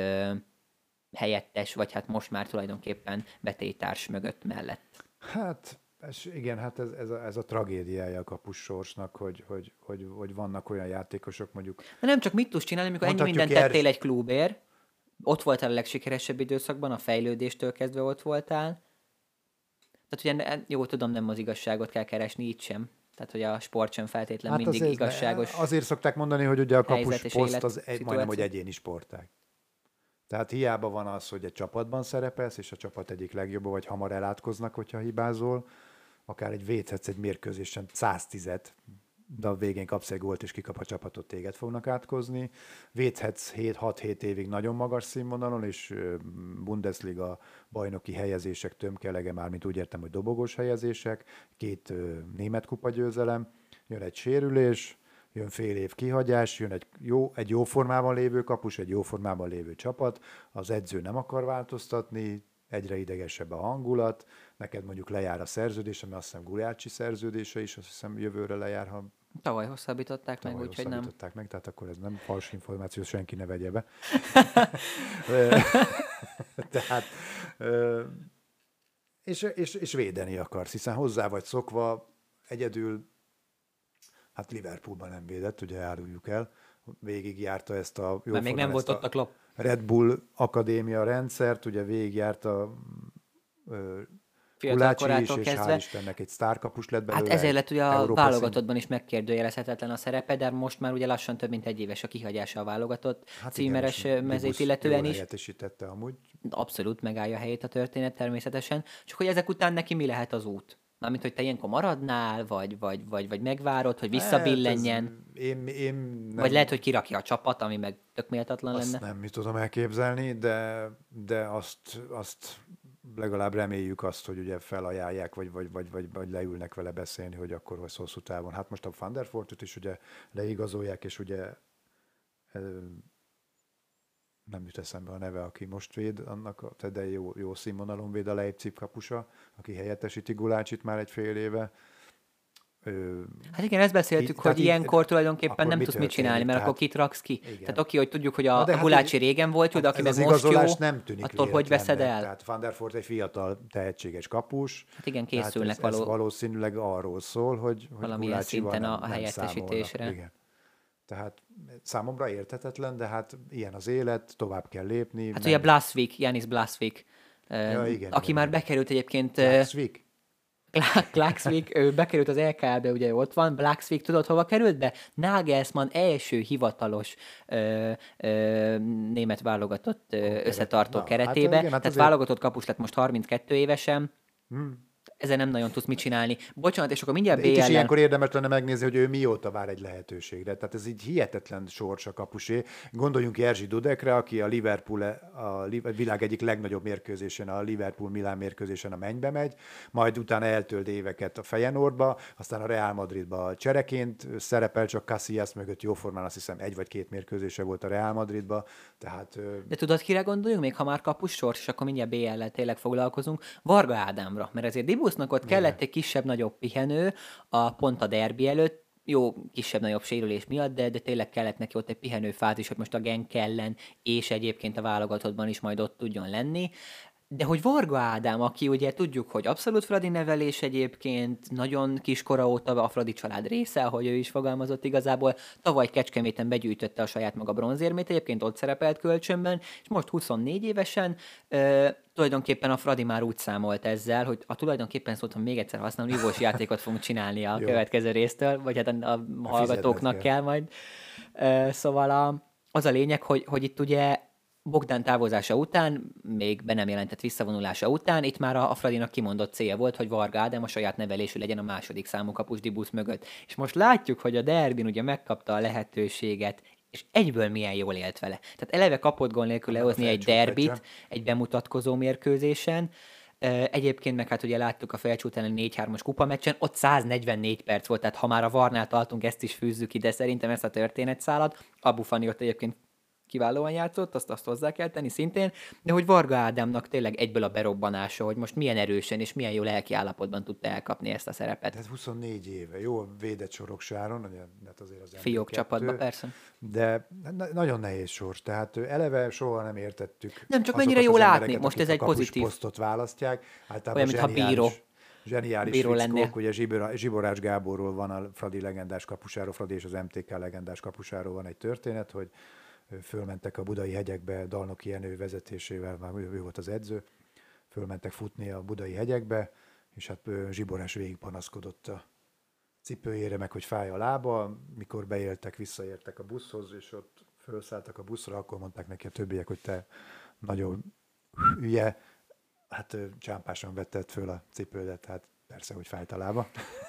helyettes, vagy hát most már tulajdonképpen betéttárs mögött mellett. Hát igen, hát ez a tragédiája a kapus sorsnak, hogy vannak olyan játékosok mondjuk. De nem csak mit tudsz csinálni, amikor ennyi Mondhatjuk mindent tettél egy klubért, ott voltál a legsikeresebb időszakban, a fejlődéstől kezdve ott voltál. Tehát ugye, jó, tudom, nem az igazságot kell keresni, itt sem. Tehát, hogy a sport sem feltétlen mindig igazságos. Azért szokták mondani, hogy ugye a helyzet kapus és poszt az életszituáció. majdnem, hogy egyéni sportág. Tehát hiába van az, hogy egy csapatban szerepelsz, és a csapat egyik legjobb, vagy hamar elátkoznak, hogyha hibázol, akár egy védhetsz egy mérkőzésen 110-et, de a végén kapsz egy gólt, és kikap a csapatot, téged fognak átkozni. Védhetsz 6-7 évig nagyon magas színvonalon, és Bundesliga bajnoki helyezések tömkelege már, mint úgy értem, hogy dobogós helyezések, 2 német kupagyőzelem, jön egy sérülés, jön fél év kihagyás, jön egy jó formában lévő kapus, egy jó formában lévő csapat, az edző nem akar változtatni, egyre idegesebb a hangulat, neked mondjuk lejár a szerződés, ami azt hiszem Gulácsi szerződése is, azt hiszem jövőre lejár, ha Tavaly hosszabbították meg, úgyhogy nem. meg, tehát akkor ez nem fals információ, senki ne vegye be. Tehát, és védeni akarsz, hiszen hozzá vagy szokva, egyedül Hát Liverpoolban nem védett, ugye áruljuk el. Végigjárta ezt a Mert még nem volt ott a Klopp. Red Bull Akadémia rendszert, ugye végigjárta Fiatal Gulácsi is, korától és kezdve. hál' Istennek egy sztárkapus lett belőle. Hát ezért lett ugye a Európa válogatottban is megkérdőjelezhetetlen a szerepe, de most már ugye lassan több mint egy éves a kihagyása a válogatott címeres mezét illetően is. Helyettesítette amúgy. Abszolút megállja a helyét a történet természetesen. Csak hogy ezek után neki mi lehet az út? Mármint, hogy te ilyenkor maradnál, vagy megvárod, hogy visszabillenjen, Én nem, vagy lehet, hogy kirakja a csapat, ami meg tök méltatlan azt lenne. nem tudom elképzelni, de azt legalább reméljük azt, hogy ugye felajánlják, vagy leülnek vele beszélni, hogy akkor hosszú távon. Hát most a Van der Fortot is ugye leigazolják, és ugye nem jut eszembe a neve, aki most véd, annak de jó színvonalon véd a Leipzig kapusa, aki helyettesíti Gulácsit már egy fél éve. Hát igen, ezt beszéltük, hogy ilyenkor tulajdonképpen nem tudsz mit csinálni, mert akkor kit raksz ki. Igen. Tehát oké, hogy tudjuk, hogy a Gulácsi régen volt jó, de aki meg most jó, nem tűnik attól hogy veszed el? Tehát Van der Voort egy fiatal, tehetséges kapus. Hát igen, készülnek ez valószínűleg arról szól, hogy valamilyen szinten a helyettesítésre. Igen. Tehát számomra érthetetlen, de hát ilyen az élet, tovább kell lépni. Hát ugye Blasvik, Janis Blasvik, aki már bekerült egyébként... Klaksvik, ő bekerült az LKL-be, ugye ott van, Blacksvik, tudod hova került be? Nagelsmann első hivatalos német válogatott összetartó keretébe, hát igen, tehát válogatott kapus lett most 32 évesen. Ezzel nem nagyon tudsz mit csinálni. Bocsánat, és akkor mindjárt BL-en... Itt is ilyenkor érdemes lenne megnézni, hogy ő mióta vár egy lehetőségre. Tehát ez így hihetetlen sors a kapusé. Gondoljunk Jerzy Dudekre, aki a világ egyik legnagyobb mérkőzésen, a Liverpool-Milán mérkőzésen a mennybe megy, majd utána eltölt éveket a Feyenoordba, aztán a Real Madridba csereként szerepel, csak Casillas mögött jóformán azt hiszem 1 vagy 2 mérkőzése volt a Real Madridba. Tehát, de tudod, kire gondoljunk még, ha már kapus sors, és akkor mindjárt BL-lel tényleg foglalkozunk, Varga Ádámra, mert ezért Dibusznak ott kellett egy kisebb-nagyobb pihenő pont a derbi előtt, jó, kisebb-nagyobb sérülés miatt, de tényleg kellett neki ott egy pihenő fázis, hogy most a Genk ellen, és egyébként a válogatottban is majd ott tudjon lenni. De hogy Varga Ádám, aki ugye tudjuk, hogy abszolút Fradi nevelés egyébként, nagyon kiskora óta a Fradi család része, ahogy ő is fogalmazott igazából, tavaly Kecskeméten begyűjtötte a saját maga bronzérmét, egyébként ott szerepelt kölcsönben, és most 24 évesen tulajdonképpen a Fradi már úgy számolt ezzel, hogy tulajdonképpen szóltam még egyszer használom, nívós játékot fogunk csinálni a következő résztől, vagy hát a hallgatóknak kell majd. Szóval az a lényeg, hogy itt ugye Bogdán távozása után, még be nem jelentett visszavonulása után, itt már a Fradinak kimondott célja volt, hogy Varga Ádám a saját nevelésű legyen a második számú kapus Dibusz mögött. És most látjuk, hogy a derbin ugye megkapta a lehetőséget, és egyből milyen jól élt vele. Tehát eleve kapott gól nélkül lehozni egy derbit, egy bemutatkozó mérkőzésen. Egyébként meg hát ugye láttuk a Felcsút elleni 4-3-as kupameccsen, ott 144 perc volt, tehát ha már a VAR-nál tartunk, ezt is fűzzük ide, szerintem ezt a történetszálat. Abu Fani ott egyébként kiválóan játszott, azt hozzá kell tenni szintén, de hogy Varga Ádámnak tényleg egyből a berobbanása, hogy most milyen erősen és milyen jó lelki állapotban tudta elkapni ezt a szerepet. Tehát 24 éve, jó védett Soroksáron, hát azért az Fiók csapatban, persze. De nagyon nehéz sors, tehát eleve soha nem értettük. Nem, csak mennyire jó látni, most ez egy pozitív. Posztot választják, általában olyan, mintha bíró. Zseniális fickók, ugye Zsiborás Gáborról van a Fradi legendás kapusáról, Fradi és az MTK legendás kapusáról van egy történet, hogy fölmentek a budai hegyekbe, Dalnoki Jenő vezetésével, már ő volt az edző, fölmentek futni a budai hegyekbe, és hát Zsiborás végig panaszkodott a cipőjére, meg hogy fáj a lába, mikor visszaértek a buszhoz, és ott felszálltak a buszra, akkor mondták neki a többiek, hogy te nagyon hülye, hát csámpásan vetted föl a cipődet, hát persze, hogy fájt a lába.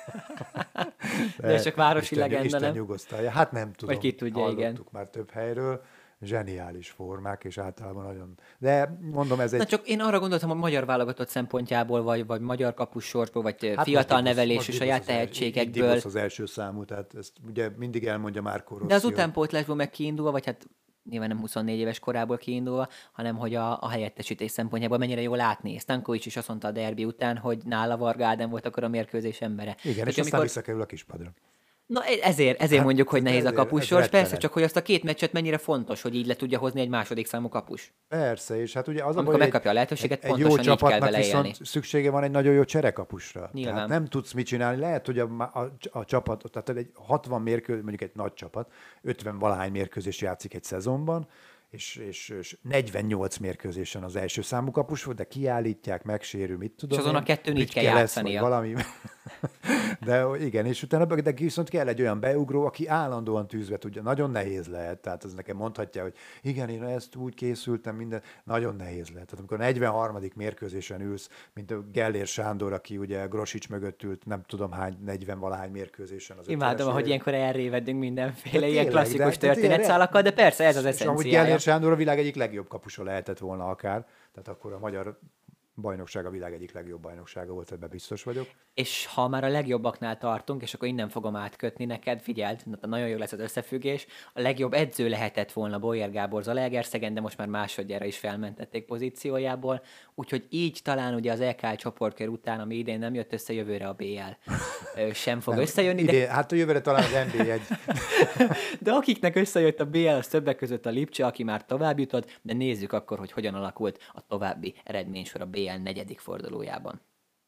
De csak városi legenda, nem? Isten nyugosztalja. Hát nem tudom, vagy ki tudja, igen. Már több helyről. Zseniális formák, és általában nagyon... De mondom, ez egy... Csak én arra gondoltam, hogy magyar válogatott szempontjából, vagy magyar kapus sorsból, vagy hát fiatal nevelésű saját tehetségekből. Dibusz az első számú, tehát ezt ugye mindig elmondja Márko Rossi. De az utánpótlásból meg kiindulva, vagy hát nyilván nem 24 éves korából kiindulva, hanem hogy a helyettesítés szempontjából mennyire jól látni. Stankovics is azt mondta a derbi után, hogy nála Varga Ádám volt akkor a mérkőzés embere. Igen, és aztán visszakerül a kispadra. Na ezért Hát mondjuk, hogy nehéz a ez kapussors, persze, rettenet. csak hogy azt a két meccset mennyire fontos, hogy így le tudja hozni egy második számú kapus. Persze, és hát ugye az a baj, Amikor hogy megkapja a lehetőséget, egy jó pontosan így kell csapatnak vele élni. viszont szüksége van egy nagyon jó cserekapusra. Tehát Nyilván. nem tudsz mit csinálni. Lehet, hogy a csapat, tehát egy 60 mérkőzés, mondjuk egy nagy csapat, 50 valahány mérkőzés játszik egy szezonban, és 48 mérkőzésen az első számú kapus volt, de kiállítják, megsérül, mit És tudom azon a én, kettőn így kell Rütke lesz, vagy játszania. valami. De igen, és utána de viszont kell egy olyan beugró, aki állandóan tűzbe tudja. Nagyon nehéz lehet, tehát ez nekem mondhatja, hogy igen, én ezt úgy készültem, minden. Nagyon nehéz lehet. Tehát amikor a 43. mérkőzésen ülsz, mint a Gellér Sándor, aki ugye Grosics mögött ült, nem tudom hány, 40 valahány mérkőzésen az Imádom, hogy 50-es ilyenkor elrévedünk mindenféle de ilyen tényleg, klasszikus de történetszálakkal, de persze ez az és amúgy eszenciája. Gellér Sándor a világ egyik legjobb kapusa lehetett volna akár, tehát akkor a magyar bajnokság a világ egyik legjobb bajnoksága volt, ebben biztos vagyok. És ha már a legjobbaknál tartunk, és akkor innen fogom átkötni neked, figyeld, nagyon jó lesz az összefüggés, a legjobb edző lehetett volna Bolyár Gábor Zalaegerszegen, de most már másodjára is felmentették pozíciójából, úgyhogy így talán ugye az EKL csoportkör után, ami idén nem jött össze, jövőre a BL sem fog összejönni, Idén, hát a jövőre talán az NB1. de akiknek összejött a BL, az többek között a Lipcse, aki már tovább jutott, de nézzük akkor, hogy hogyan alakult a további eredménysor a BL negyedik fordulójában.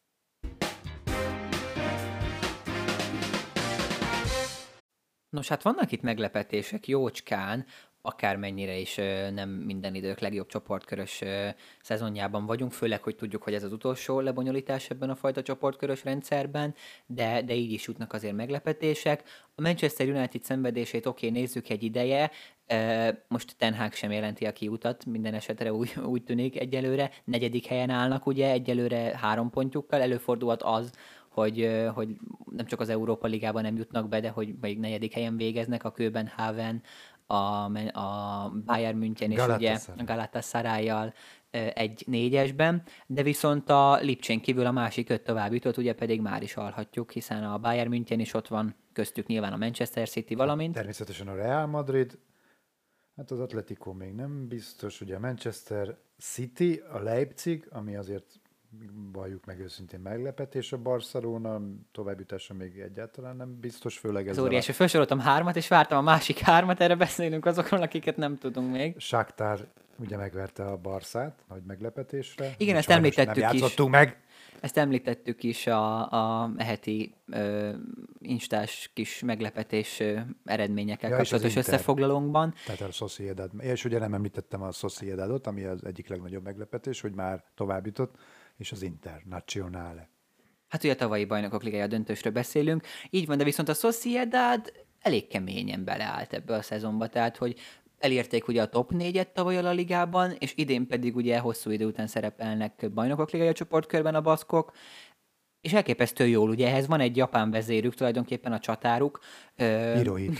Nos, hát vannak itt meglepetések jócskán, akármennyire is nem minden idők legjobb csoportkörös szezonjában vagyunk, főleg, hogy tudjuk, hogy ez az utolsó lebonyolítás ebben a fajta csoportkörös rendszerben, de így is jutnak azért meglepetések. A Manchester United szenvedését nézzük egy ideje, most Ten Hag sem jelenti a kiutat, minden esetre úgy tűnik egyelőre, negyedik helyen állnak ugye, egyelőre 3 pontjukkal, előfordulhat az, hogy nem csak az Európa Ligában nem jutnak be, de hogy még negyedik helyen végeznek a Köbenhavn, a Bayern München és ugye a Galatasaray-jal egy négyesben, de viszont a Lipcsén kívül a másik 5 tovább jutott, ugye pedig már is alhatjuk, hiszen a Bayern München is ott van, köztük nyilván a Manchester City, valamint. Természetesen a Real Madrid, hát az Atletico még nem biztos, ugye a Manchester City, a Leipzig, ami azért valljuk meg őszintén meglepetés, a Barcelona továbbjutása még egyáltalán nem biztos, főleg Ez ezzel óriási, felsoroltam 3, és vártam a másik 3, erre beszélünk azokról, akiket nem tudunk még. Shakhtar ugye megverte a Barszát, nagy meglepetésre. Igen, ezt Sajnos említettük nem is. játszottunk meg. Ezt említettük is a heti instás kis meglepetés eredményekkel kapcsolatos összefoglalónkban. Tehát a Sociedad. És ugye nem említettem a Sociedadot, ami az egyik legnagyobb meglepetés, hogy már tovább jutott, és az Internazionale. Hát ugye a tavalyi bajnokok ligája döntősről beszélünk. Így van, de viszont a Sociedad elég keményen beleállt ebbe a szezonba, tehát hogy elérték ugye a top 4-et tavaly a ligában, és idén pedig ugye hosszú idő után szerepelnek bajnokok ligája csoportkörben a baszkok, és elképesztő jól, ugye ehhez van egy japán vezérük, tulajdonképpen a csatáruk. Hirohito.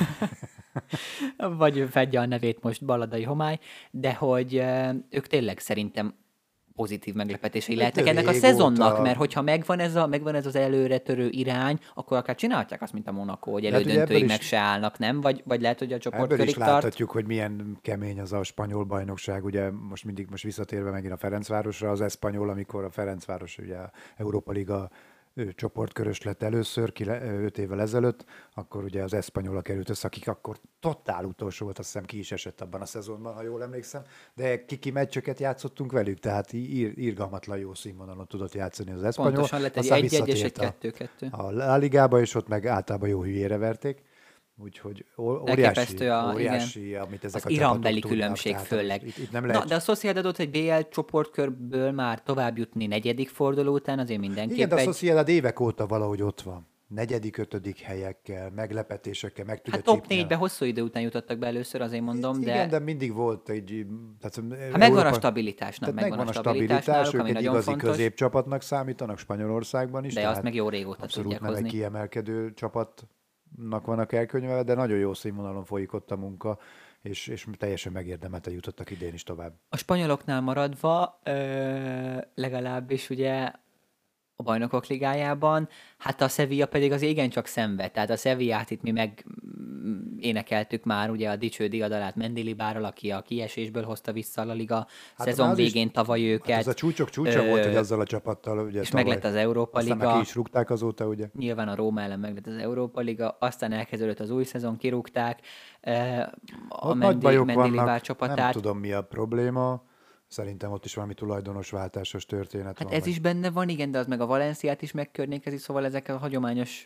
Vagy fedje a nevét most Baladai Homály, de hogy ők tényleg szerintem pozitív meglepetései lehetnek ennek a szezonnak, mert hogyha megvan ez az előre törő irány, akkor akár csinálhatják azt, mint a Monaco, hogy elődöntőig meg se állnak, nem? Vagy lehet, hogy a csoportkörig tart. Ebből is láthatjuk, hogy milyen kemény az a spanyol bajnokság, ugye most visszatérve megint a Ferencvárosra, az Espanyol, amikor a Ferencváros ugye a Európa Liga csoportkörös lett először, 5 évvel ezelőtt, akkor ugye az Espanyolra került össze, akik akkor totál utolsó volt, azt hiszem ki is esett abban a szezonban, ha jól emlékszem, de kiki meccsöket játszottunk velük, tehát irgalmatlan jó színvonalon tudott játszani az Espanyol. Pontosan lett egy 1-1 és egy 2-2. A La Ligába, és ott meg általában jó hülyére verték. Úgyhogy óriási amit ezek az a irambeli különbség főleg. Itt nem lehet... Na, de a Sociedadot egy BL csoportkörből már tovább jutni negyedik forduló után azért mindenképp. Igen, de a Sociedad évek óta valahogy ott van. 4., 5. helyekkel, meglepetésekkel meg tudja top 4-be hosszú idő után jutottak be először, azért mondom, igen, de mindig volt egy... Tehát megvan a stabilitásnak, megvan a stabilitás náluk, ami nagyon igazi fontos. Középcsapatnak számítanak Spanyolországban is. De azt meg jó régóta tudják hozni. Abszolút nem egy kiemelkedő csapatnak vannak elkönyvelve, de nagyon jó színvonalon folyik ott a munka, és teljesen megérdemelte jutottak idén is tovább. A spanyoloknál maradva legalábbis ugye a Bajnokok Ligájában, hát a Sevilla pedig az igencsak szenved. Tehát a Sevillát itt mi meg énekeltük már, ugye a dicső diadalát Mendilibárral, aki a kiesésből hozta vissza a La Liga Hát szezon már az is, végén tavaly hát az a őket, csúcsok csúcsa volt, hogy azzal a csapattal ugye és tavaly. meglett az Európa Aztán már ki Liga, is rúgták azóta, ugye. nyilván a Róma ellen meglett az Európa Liga, aztán elkezdődött az új szezon, kirúgták a Ott nagy bajok Mendilibár vannak, nem csapatát. tudom mi a probléma. Szerintem ott is valami tulajdonosváltásos történet Hát van. ez is benne van, igen, de az meg a Valenciát is megkörnyékezi, szóval ezek a hagyományos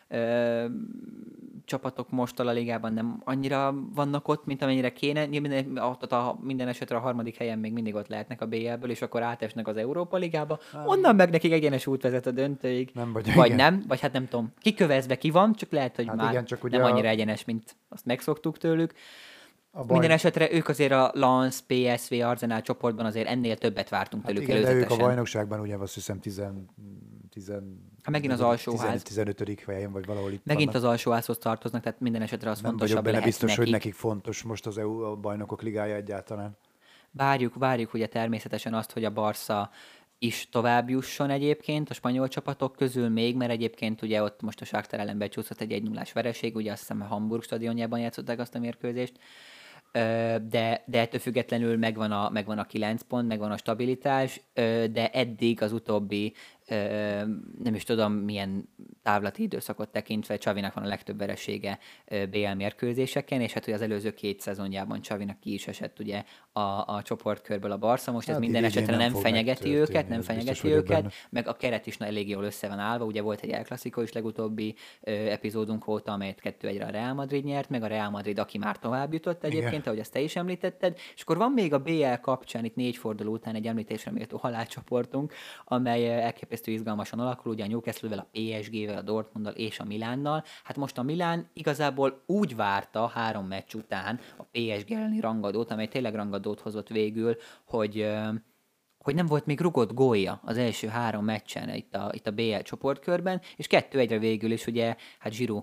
csapatok most a La Ligában nem annyira vannak ott, mint amennyire kéne. Minden esetre a harmadik helyen még mindig ott lehetnek a BL-ből, és akkor átesnek az Európa Ligába. Onnan meg nekik egyenes út vezet a döntőig. Nem vagy, vagy igen. nem, vagy hát nem tudom. Kikövezve ki van, csak lehet, hogy Hát már igen, csak ugye nem annyira egyenes, mint azt megszoktuk tőlük. A baj... Minden esetre ők azért a Lens, PSV, Arsenal csoportban azért ennél többet vártunk Hát tőlük igen, de ők a előzetesen. bajnokságban ugye azt hiszem Hát megint az alsóház. 15. helyen, vagy valahol itt Megint vannak. az alsóházhoz tartoznak, tehát minden esetre az Nem vagyok fontosabb benne lehet biztos, nekik. hogy nekik fontos most az EU a bajnokok ligája egyáltalán. Várjuk ugye természetesen azt, hogy a Barca is tovább jusson egyébként a spanyol csapatok közül még, mert egyébként ugye ott most a Shakhtar ellen becsúszott egy 1-0-ás vereség, ugye azt hiszem a Hamburg stadionjában játszották azt a mérkőzést, de ettől függetlenül megvan a 9 pont, megvan a stabilitás, de eddig az utóbbi nem is tudom milyen távlati időszakot tekintve Xavinak van a legtöbb veresége BL mérkőzéseken, és hát hogy az előző 2 szezonjában Xavinak ki is esett ugye a csoportkörből a Barca, most ez Hát minden idén esetre nem nem fog fenyegeti megtörténni, őket, nem ez biztos fenyegeti vagyok őket, benne. meg a keret is elég jól össze van állva, ugye volt egy El Clasico is legutóbbi epizódunk óta, amelyet 2-1-re a Real Madrid nyert, meg a Real Madrid, aki már tovább jutott egyébként, Igen. ahogy azt te is említetted, és akkor van még a BL kapcsán itt 4 forduló után egy említésre méltó halálcsoportunk, amely elképesztő izgalmasan alakul, ugye a Newcastle-vel, a PSG-vel, a Dortmunddal és a Milánnal. Hát most a Milán igazából úgy várta 3 meccs után a PSG elleni rangadót, amely tényleg rangadót hozott végül, hogy nem volt még rugott gólja az első 3 meccsen itt a BL csoportkörben, és 2-1-re végül is ugye, hát Giroud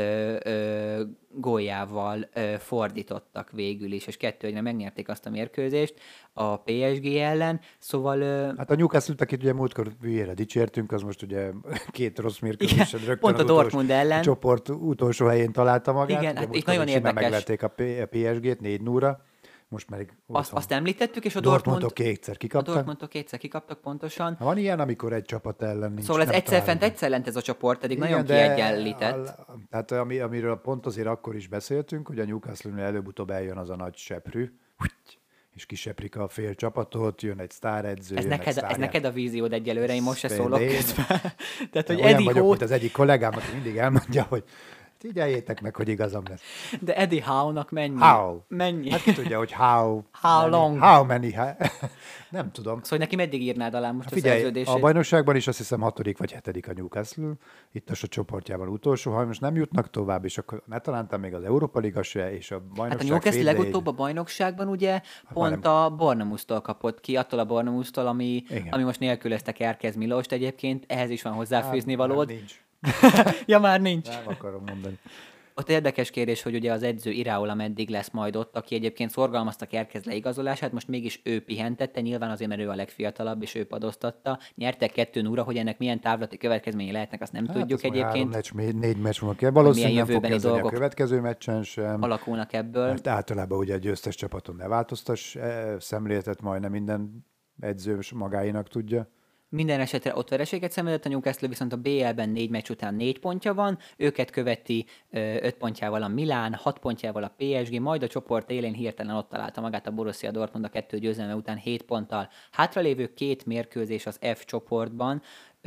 góljával fordítottak végül is, és 2-1-re megnyerték azt a mérkőzést a PSG ellen, szóval... Hát a Newcastle-t, akit ugye múltkor hülyére dicsértünk, az most ugye 2 rossz mérkőzésen Igen, rögtön pont a az Dortmund ellen. A csoport utolsó helyén találta magát. Igen, ugye hát itt múltkor nagyon még simán érdekes. megverték a PSG-t 4-0-ra, most pedig Azt említettük, és a Dortmundok kétszer a kikaptak. Dortmundok kétszer kikaptak pontosan. Van ilyen, amikor egy csapat ellen nincs. Szóval ez nem egyszer talál fent, meg. egyszer lent ez a csoport, pedig Igen, nagyon de kiegyenlített. Tehát amiről pont azért akkor is beszéltünk, hogy a Newcastle-nél előbb-utóbb eljön az a nagy seprű, és kiseprik a fél csapatot, jön egy sztáredző, Ez jön neked a víziód egyelőre, én most se szólok Én- közben. Tehát, hogy Olyan Eddie vagyok, mint Howe, az egyik kollégám, aki mindig elmondja, hogy figyeljétek meg, hogy igazam lesz. de Eddie Howe-nak mennyi? How? Mennyi? Hát ki tudja, hogy how How long? How many? Nem tudom. Szóval neki meddig írnád alá most a Figyelj, szerződését? a bajnokságban is azt hiszem 6. vagy 7. a Newcastle, itt a csoportjában utolsó, ha most nem jutnak tovább, és akkor ne találtam még az Európa Liga se, és a bajnokság Hát a Newcastle fél legutóbb a bajnokságban ugye pont nem. a Bournemouth-tól kapott ki, attól a Bournemouth-tól, ami Igen. most nélkülözte Kerkez Milost egyébként, ehhez is van hozzáfűzni Hát, valód. nem, nincs. Ja, már nincs. Nem akarom mondani. Ott érdekes kérdés, hogy ugye az edző Iraola meddig lesz majd ott, aki egyébként szorgalmazta Kerkez leigazolását, most mégis ő pihentette, nyilván azért, mert ő a legfiatalabb, és ő padoztatta. Nyertek 2-0, hogy ennek milyen távlati következményei lehetnek, azt nem tudjuk Hát, egyébként. 4 meccs van kell. Valószínűleg nem fog jövőbeni kezdeni a dolgok következő meccsen sem. alakulnak ebből. Mert általában ugye a győztes csapaton ne változtass szemléletet, majdnem minden edző magáénak tudja. Minden esetre ott vereséget szenvedett a Newcastle, viszont a BL-ben 4 meccs után 4 pontja van, őket követi 5 pontjával a Milán, 6 pontjával a PSG, majd a csoport élén hirtelen ott találta magát a Borussia Dortmund a 2 győzelme után 7 ponttal. Hátralévő 2 mérkőzés az F csoportban,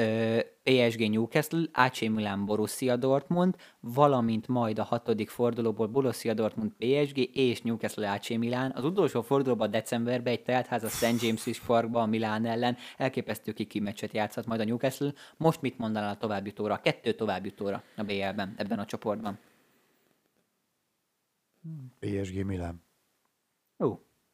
PSG Newcastle, AC Milan Borussia Dortmund, valamint majd a 6. fordulóból Borussia Dortmund PSG és Newcastle AC Milan. Az utolsó fordulóban decemberben egy teltház a St. James's Parkban a Milán ellen elképesztő kiki meccset játszhat majd a Newcastle. Most mit mondanál a továbbjutóra? A 2 továbbjutóra a BL-ben, ebben a csoportban. PSG Milán.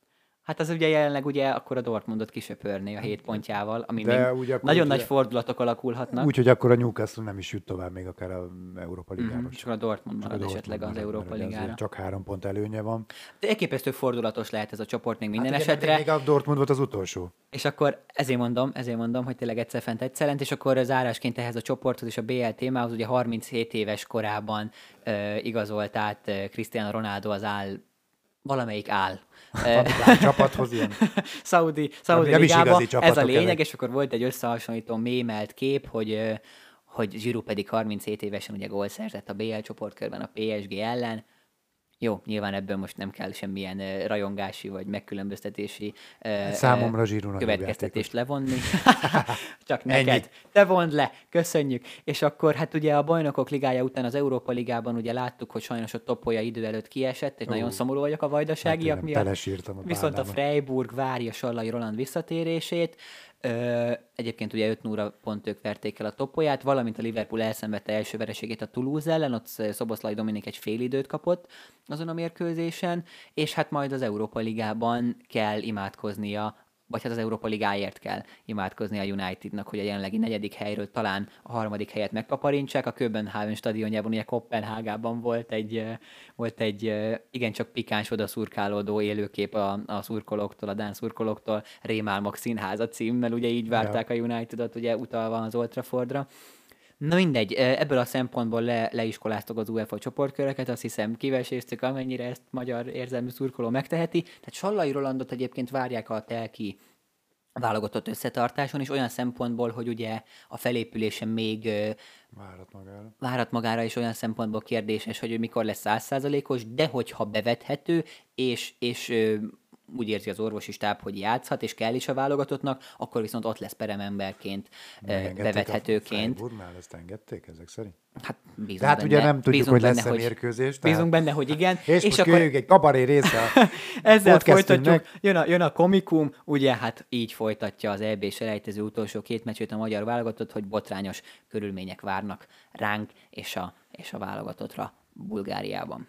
Hát az ugye jelenleg ugye akkor a Dortmundot kisöpörné a 7 pontjával, ami még De úgy akkor nagyon ugye- nagy fordulatok alakulhatnak. Úgyhogy akkor a Newcastle nem is jut tovább még akár a Európa Ligába. És akkor a Dortmund Csak a marad Dortmund esetleg az marad, Európa mert ugye Ligára. azért csak 3 pont előnye van. De elképesztő fordulatos lehet ez a csoport még minden Hát ugye, esetre. még a Dortmund volt az utolsó. És akkor ezért mondom, hogy tényleg egyszer fent egyszer lent, és akkor zárásként ehhez a csoporthoz és a BL témához, ugye 37 éves korában igazolt át Cristiano Ronaldo az valamelyik A csapathoz ilyen. Szaudi nem is Ligába. igazi Ez a csapatok lényeg, ezek. és akkor volt egy összehasonlító mémelt kép, hogy Giroud pedig 37 évesen ugye gól szerzett a BL csoportkörben a PSG ellen. Jó, nyilván ebből most nem kell semmilyen rajongási vagy megkülönböztetési Számomra Giroud nagyobb következtetést levonni. Csak Ennyi. neked. Te vond le, köszönjük. És akkor hát ugye a Bajnokok Ligája után az Európa Ligában ugye láttuk, hogy sajnos a Topolya idő előtt kiesett, és nagyon szomorú vagyok a vajdaságiak Hát, miatt. belesírtam a Viszont a párnába. Freiburg várja Sallai Roland visszatérését. Egyébként ugye 5-0 pont ők verték el a Topolyát, valamint a Liverpool elszenvedte első vereségét a Toulouse ellen, ott Szoboszlai Dominik egy fél időt kapott azon a mérkőzésen, és hát majd az Európa Ligában kell imádkoznia, vagy hát az Európa Ligáért kell imádkozni a Unitednak, hogy a jelenlegi 4. helyről talán a 3. helyet megkaparintsák. A Köbenhavn stadionjában, ugye Kopenhágában volt egy igencsak pikáns oda szurkálódó élőkép a szurkolóktól, a dán szurkolóktól, Rémálmok Színháza címmel, ugye így várták a Unitedot, ugye utalva az Old Traffordra. Na mindegy, ebből a szempontból leiskoláztok az UEFA csoportköröket, azt hiszem kiveséztük, amennyire ezt magyar érzelmű szurkoló megteheti. Tehát Sallai Rolandot egyébként várják a telki válogatott összetartáson, és olyan szempontból, hogy ugye a felépülése még várat magára, és olyan szempontból kérdéses, hogy ő mikor lesz 100%-os, de hogyha bevethető, és úgy érzi az orvosi stáb, hogy játszhat, és kell is a válogatottnak, akkor viszont ott lesz perememberként, bevethetőként. Freiburgnál ezt engedték ezek szerint? Hát bízunk De hát benne, ugye nem tudjuk, bízunk hogy benne, lesz-e hogy- mérkőzés. Bízunk benne, hogy igen. És most jöjjünk egy kabaré része a Ezzel podcastünknek. folytatjuk, jön a komikum, ugye hát így folytatja az EB selejtező utolsó 2 meccsét a magyar válogatott, hogy botrányos körülmények várnak ránk és a válogatottra Bulgáriában.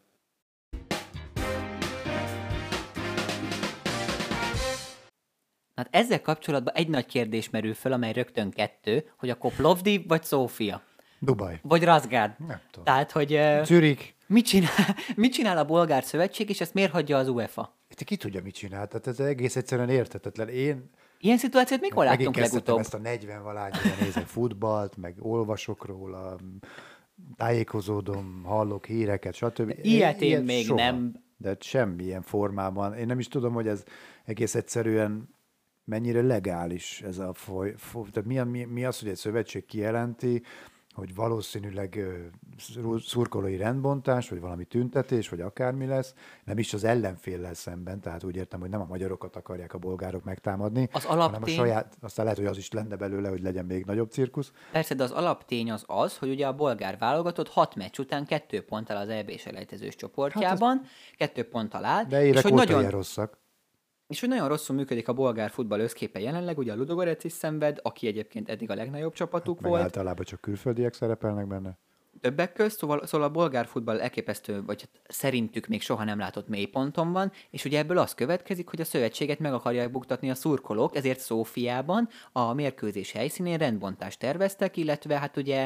Hát ezzel kapcsolatban egy nagy kérdés merül föl, amely rögtön 2, hogy akkor Plovdiv vagy Szófia? Dubaj. Vagy Razgrad? Nem tudom. Tehát, hogy Zürich. mit csinál a bolgár szövetség, és ezt miért hagyja az UEFA? Te ki tudja, mit csinál? Tehát ez egész egyszerűen érthetetlen. Én Ilyen szituációt mikor láttunk megint legutóbb? ezt a 40-valány éve nézek futballt, meg olvasok róla, tájékozódom, hallok híreket, stb. Ilyet én még nem. De semmilyen formában. Én nem is tudom, hogy ez egész egyszerűen mennyire legális ez a tehát mi az, hogy egy szövetség kijelenti, hogy valószínűleg szurkolói rendbontás, vagy valami tüntetés, vagy akármi lesz, nem is az ellenféllel szemben, tehát úgy értem, hogy nem a magyarokat akarják a bolgárok megtámadni, Az hanem a alaptény, saját, aztán lehet, hogy az is lenne belőle, hogy legyen még nagyobb cirkusz. persze, de az alaptény az, hogy ugye a bolgár válogatott 6 meccs után 2 ponttal az EB selejtezős csoportjában, 2 ponttal áll, De évek és hogy, óta nagyon, ilyen rosszak. és hogy nagyon rosszul működik a bolgár futball összképe jelenleg, ugye a Ludogorets is szenved, aki egyébként eddig a legnagyobb csapatuk Meg volt. általában csak külföldiek szerepelnek benne. Többek közt, szóval a bolgár futball elképesztő, vagy hát szerintük még soha nem látott mélyponton van, és ugye ebből az következik, hogy a szövetséget meg akarják buktatni a szurkolók, ezért Szófiában a mérkőzés helyszínén rendbontást terveztek, illetve hát ugye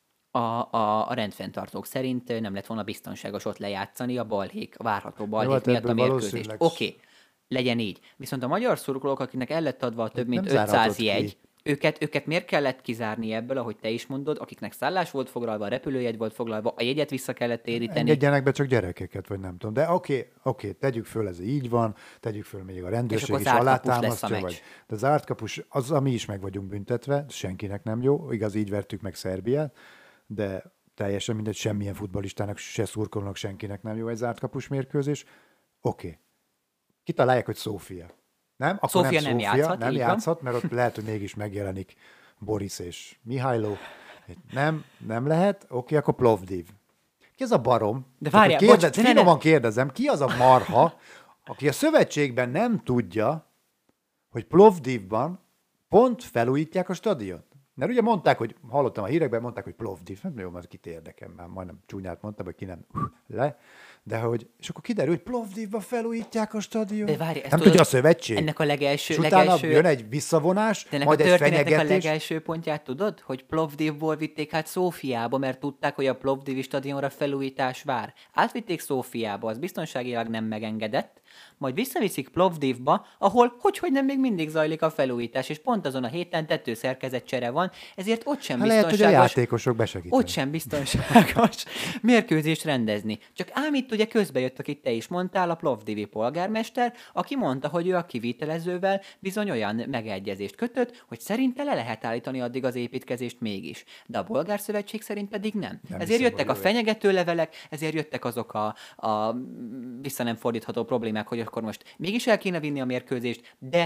a rendfenntartók szerint nem lett volna biztonságos ott lejátszani a várható balhék hát miatt a ebből mérkőzést. valószínűleg- Oké, legyen így. Viszont a magyar szurkolók, akiknek el lett adva a több mint nem 500 zárhatod jegy, ki. őket miért kellett kizárni ebből, ahogy te is mondod, akiknek szállás volt foglalva, repülőjegy volt foglalva, a jegyet vissza kellett téríteni. Engedjenek be csak gyerekeket, vagy nem tudom. De oké, tegyük föl, ez így van, tegyük föl, még a rendőrség akkor is zárt kapus lesz a alátámasztja, meccs. vagy. De zárt kapus, az, mi is meg vagyunk büntetve, senkinek nem jó, igaz, így vertük meg Szerbiát, de teljesen mindegy, semmilyen futballistának, se szurkolónak, senkinek nem jó egy zárt kapus mérkőzés. Oké. Kitalálják, hogy Szófia. Nem? Akkor Szófia nem játszhat, nem így van. játszhat, mert ott lehet, hogy mégis megjelenik Boris és Mihajló. Nem lehet? Oké, akkor Plovdiv. Ki az a barom? De várjál, Akkor bocs, de ne- finoman kérdezem, ki az a marha, aki a szövetségben nem tudja, hogy Plovdivban pont felújítják a stadiont? Mert ugye mondták, hogy hallottam a hírekben, mondták, hogy Plovdiv. Nem jó, az kit érdekel, már majdnem csúnyát mondtam, hogy ki nem le. de hogy, és akkor kiderül, hogy Plovdivba felújítják a stadion. De várj, Nem tudja a szövetség. Ennek a És utána jön egy visszavonás, de ennek majd a egy történetnek fenyegetés. a legelső pontját tudod? Hogy Plovdivból vitték át Szófiába, mert tudták, hogy a Plovdivi stadionra felújítás vár. Átvitték Szófiába, az biztonságilag nem megengedett, majd visszaviszik Plovdivba, ahol hogy nem még mindig zajlik a felújítás, és pont azon a héten tetőszerkezetcsere van, ezért ott sem Lehet, hogy a biztonságos. játékosok besegítenek. Ott sem biztonságos mérkőzést rendezni. Csak ám itt ugye közbejött, akit te is mondtál, a plovdivi polgármester, aki mondta, hogy ő a kivitelezővel bizony olyan megegyezést kötött, hogy szerinte le lehet állítani addig az építkezést mégis. De a bolgár szövetség szerint pedig nem. Ezért hiszem, jöttek a hogy fenyegető levelek, ezért jöttek azok a vissza nem fordítható problémák, hogy akkor most mégis el kéne vinni a mérkőzést, de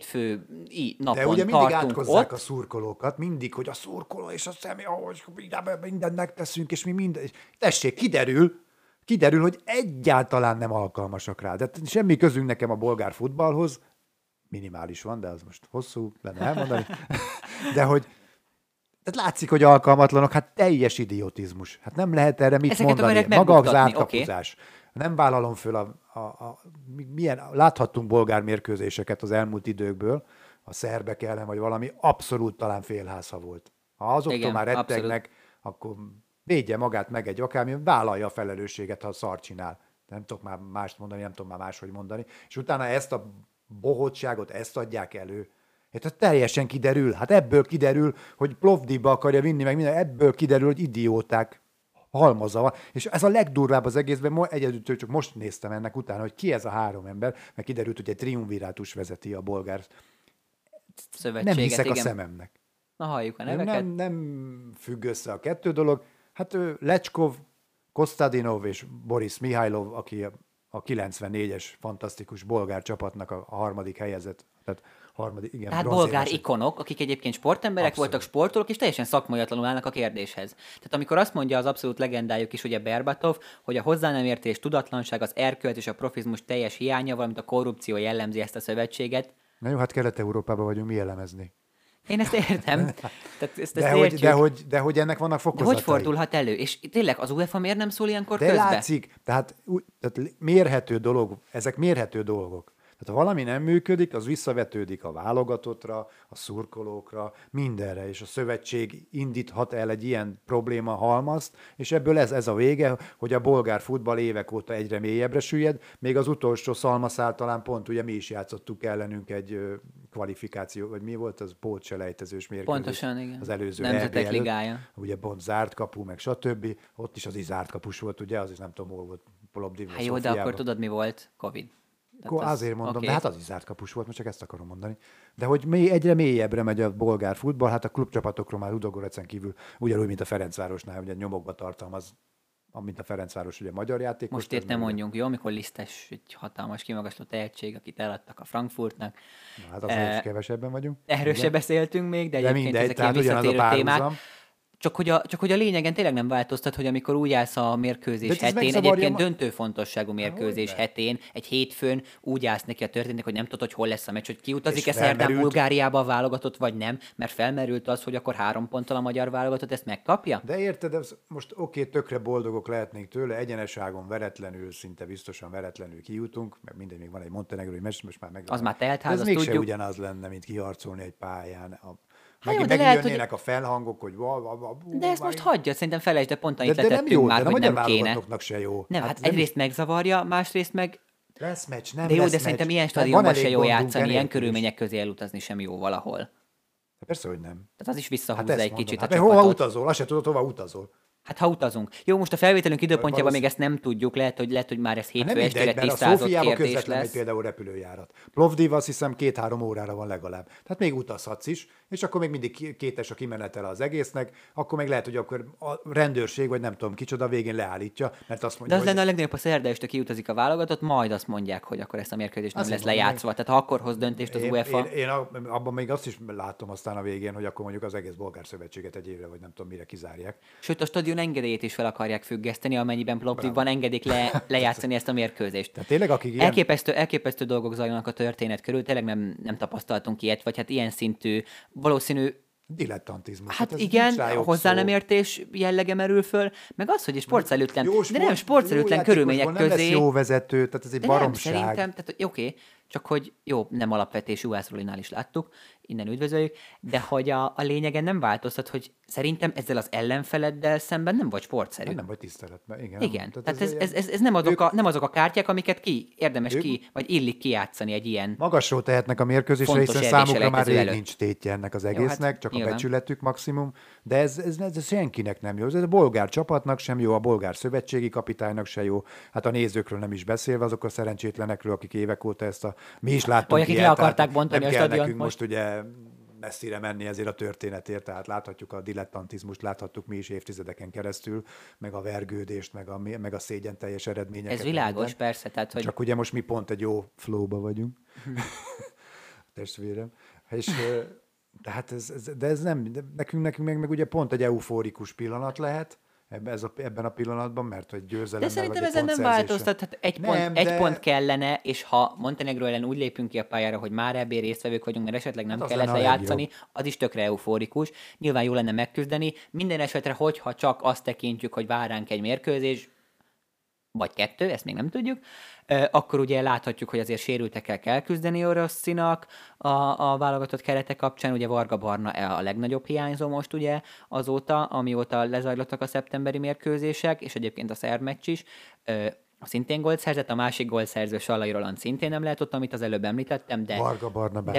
hétfői napon De ugye mindig tartunk átkozzák ott. a szurkolókat, mindig, hogy a szurkoló és a személy, ahogy mindent megteszünk, és mi minden... Tessék, kiderül, hogy egyáltalán nem alkalmasak rá. De semmi közünk nekem a bolgár futballhoz, minimális van, de az most hosszú lenne elmondani, de hogy tehát látszik, hogy alkalmatlanok, hát teljes idiotizmus. Hát nem lehet erre mit Ezeket mondani. akarják Maga a megbuktatni, zárt kapuzás. Nem vállalom föl milyen, láthattunk bolgár mérkőzéseket az elmúlt időkből, a szerbek ellen, vagy valami, abszolút talán félháza volt. Ha azoktól Igen, már rettegnek, abszolút. akkor védje magát meg egy akármi, vállalja a felelősséget, ha szar csinál. Nem tudok már mást mondani, nem tudom már máshogy mondani. És utána ezt a bohótságot, ezt adják elő. Hát teljesen kiderül. Hát ebből kiderül, hogy Plovdivba akarja vinni, meg minden. Ebből kiderül, hogy idióták halmaza van. És ez a legdurvább az egészben, egyedül csak most néztem ennek utána, hogy ki ez a három ember, mert kiderült, hogy egy triumvirátus vezeti a bolgár. Szövetséget, Nem hiszek igen. a szememnek. Na halljuk a neveket. Nem függ össze a kettő dolog. Hát ő Lecskov, Kostadinov és Boris Mihajlov, aki a 94-es fantasztikus bolgár csapatnak a harmadik helyezett, tehát harmadik, igen, Tehát bolgár bronzérmes. ikonok, akik egyébként sportemberek Abszolút. voltak, sportolók, és teljesen szakmaiatlanul állnak a kérdéshez. Tehát amikor azt mondja az abszolút legendájuk is, ugye Berbatov, hogy a hozzá nem értés, tudatlanság, az erkölt és a profizmus teljes hiánya, valamint a korrupció jellemzi ezt a szövetséget. Na jó, hát Kelet-Európában vagyunk, mi elemezni. Én ezt értem. Tehát ezt De értjük. de hogy ennek vannak De fokozatai. hogy fordulhat elő? És tényleg az UEFA miért nem szól ilyenkor De közbe? látszik, tehát mérhető dolog, ezek mérhető dolgok. Tehát ha valami nem működik, az visszavetődik a válogatottra, a szurkolókra, mindenre, és a szövetség indíthat el egy ilyen probléma halmazt, és ebből ez a vége, hogy a bolgár futball évek óta egyre mélyebbre süllyed, még az utolsó szalmaszál talán pont, ugye mi is játszottuk ellenünk egy kvalifikáció, vagy mi volt, az pótselejtezős mérkőzés. Pontosan, igen. Az előző Nemzetek EB előtt. ligája. Ugye pont zárt kapu, meg stb. Ott is az is zárt kapus volt, ugye, az is nem tudom, hol volt Plovdiv. Hát jó, de akkor tudod, mi volt? Covid. Akkor azért mondom, oké. de hát az is zárt kapus volt, most csak ezt akarom mondani. De hogy egyre mélyebbre megy a bolgár futball, hát a klubcsapatokról már Ludogorecen kívül, ugyanúgy, mint a Ferencvárosnál, ugye nyomokba tartalmaz, mint a Ferencváros, ugye magyar játékos. Most itt nem mondjunk, jó, amikor Lisztes egy hatalmas kimagasló tehetség, akit eladtak a Frankfurtnak. Na, hát azért kevesebben vagyunk. Erről se beszéltünk még, de De egyébként mindegy, ezek ilyen tehát ugyanaz a visszatérő témák. párhuzam. Csak hogy a lényegen tényleg nem változtat, hogy amikor úgy állsz a mérkőzés De ez hetén, megzavarja egyébként ma- döntő fontosságú mérkőzés Hogyne. hetén, egy hétfőn úgy állsz neki a történetnek, hogy nem tudod, hogy hol lesz a meccs, hogy kiutazik-e És szerdán felmerült- Bulgáriába a válogatott, vagy nem, mert felmerült az, hogy akkor 3 ponttal a magyar válogatott ezt megkapja. De érted, most oké, tökre boldogok lehetnénk tőle, egyeneságon veretlenül, szinte biztosan veretlenül kijutunk, mert mindegy, még van egy montenegrói meccs, most már meg. Az már telt De ház, ez azt mégse tudjuk. ugyanaz lenne, mint kiharcolni egy pályán. Hát jó, Megint de lehet, jönnének a felhangok, hogy... De ezt most hagyja, szerintem felejtsd, de pont annyit de nem letettünk jó, már, de a hogy magyar nem kéne. válogatottaknak se jó. Nem, hát nem egyrészt megzavarja, másrészt meg lesz meccs, nem de jó, lesz de szerintem meccs. ilyen Hát van stadionban se elég jó gondunk játszani, ilyen enélkül is. körülmények közé elutazni sem jó valahol. Persze, hogy nem. Tehát az is visszahúzza Hát ezt egy mondom. kicsit Hát a mert hova csapatot. utazol? Azt se tudod, hova utazol. Hát ha utazunk. Jó, most a felvételünk időpontjában még valószínű- ezt nem tudjuk, lehet, hogy már ez Hát hétfő nem estére mindegy, mert a tisztázott Szófiába kérdés közvetlen megy lesz. például repülőjárat. Plovdiv azt hiszem 2-3 órára van legalább. Tehát még utazhatsz is, és akkor még mindig kétes a kimenetele az egésznek, akkor még lehet, hogy akkor a rendőrség, vagy nem tudom kicsoda végén leállítja, mert azt De mondja, az hogy lenne a legnagyobb, a szerda este kiutazik a válogatott, majd azt mondják, hogy akkor ezt a mérkőzést nem Azért lesz mondom, lejátszva. Tehát ha akkor hoz döntést az UEFA. én abban még azt is látom aztán a végén, hogy akkor mondjuk az egész bolgár szövetséget egy évre, vagy nem tudom mire kizárják. Sőt, a stadion engedélyét is fel akarják függeszteni, amennyiben Plovdivban engedik lejátszani ezt a mérkőzést. Tehát tényleg, akik ilyen... Elképesztő dolgok zajlanak a történet körül, tényleg nem tapasztaltunk ilyet, vagy hát ilyen szintű, valószínű Dilettantizmus. Hát ez igen, nincs rá jobb hozzá szó. nem értés jellege merül föl, meg az, hogy sportszerűtlen, Jó de nem sportszerűtlen körülmények játékosból nem lesz közé. jó vezető, tehát ez egy De nem, baromság. szerintem, tehát oké, csak hogy jó, nem alapvetés, Juhász Rolinál is láttuk, innen üdvözöljük, de hogy a lényegen nem változtat, hogy szerintem ezzel az ellenfeleddel szemben nem vagy sportszerű. Hát nem vagy tiszteletben, igen. Igen, Nem, tehát ilyen- ez nem azok a kártyák, amiket érdemes vagy illik kijátszani egy ilyen. Magasról tehetnek a mérkőzésre, Fontos hiszen erdés számukra már selejtező rég előtt. nincs tétje ennek az hát egésznek, csak nyilván. a becsületük maximum, de ez senkinek nem jó. Ez a bolgár csapatnak sem jó, a bolgár szövetségi kapitánynak sem jó, hát a nézőkről nem is beszélve, azok a szerencsétlenekről, akik évek óta ezt mi is láttunk Vagy akik ilyet, le akarták tehát bontani nem a kell stadiont nekünk most. most ugye messzire menni ezért a történetért, tehát láthatjuk a dilettantizmust, láthattuk mi is évtizedeken keresztül, meg a vergődést, meg a szégyen teljes eredményeket. Ez világos, minden. persze, tehát hogy Csak ugye most mi pont egy jó flowba vagyunk, testvérem, és tehát ez nem, de nekünk meg ugye pont egy eufórikus pillanat lehet ebben a pillanatban, mert hogy győzelem. de szerintem ezen nem változtat, hát egy pont kellene, és ha Montenegro ellen úgy lépünk ki a pályára, hogy már ebbé résztvevők vagyunk, mert esetleg nem Hát az kellett lenne a lejátszani, az is tökre eufórikus. Nyilván jó lenne megküzdeni. Minden esetre, hogyha csak azt tekintjük, hogy vár ránk egy mérkőzés, vagy 2, ezt még nem tudjuk, akkor ugye láthatjuk, hogy azért sérültekkel kell küzdeni Orosszinak a válogatott kerete kapcsán, ugye Varga Barna a legnagyobb hiányzó most ugye azóta, amióta lezajlottak a szeptemberi mérkőzések, és egyébként a szerb meccs is, szintén gólt szerzett, a másik gólszerző Sallai Roland szintén nem lehet ott, amit az előbb említettem, Varga Barna de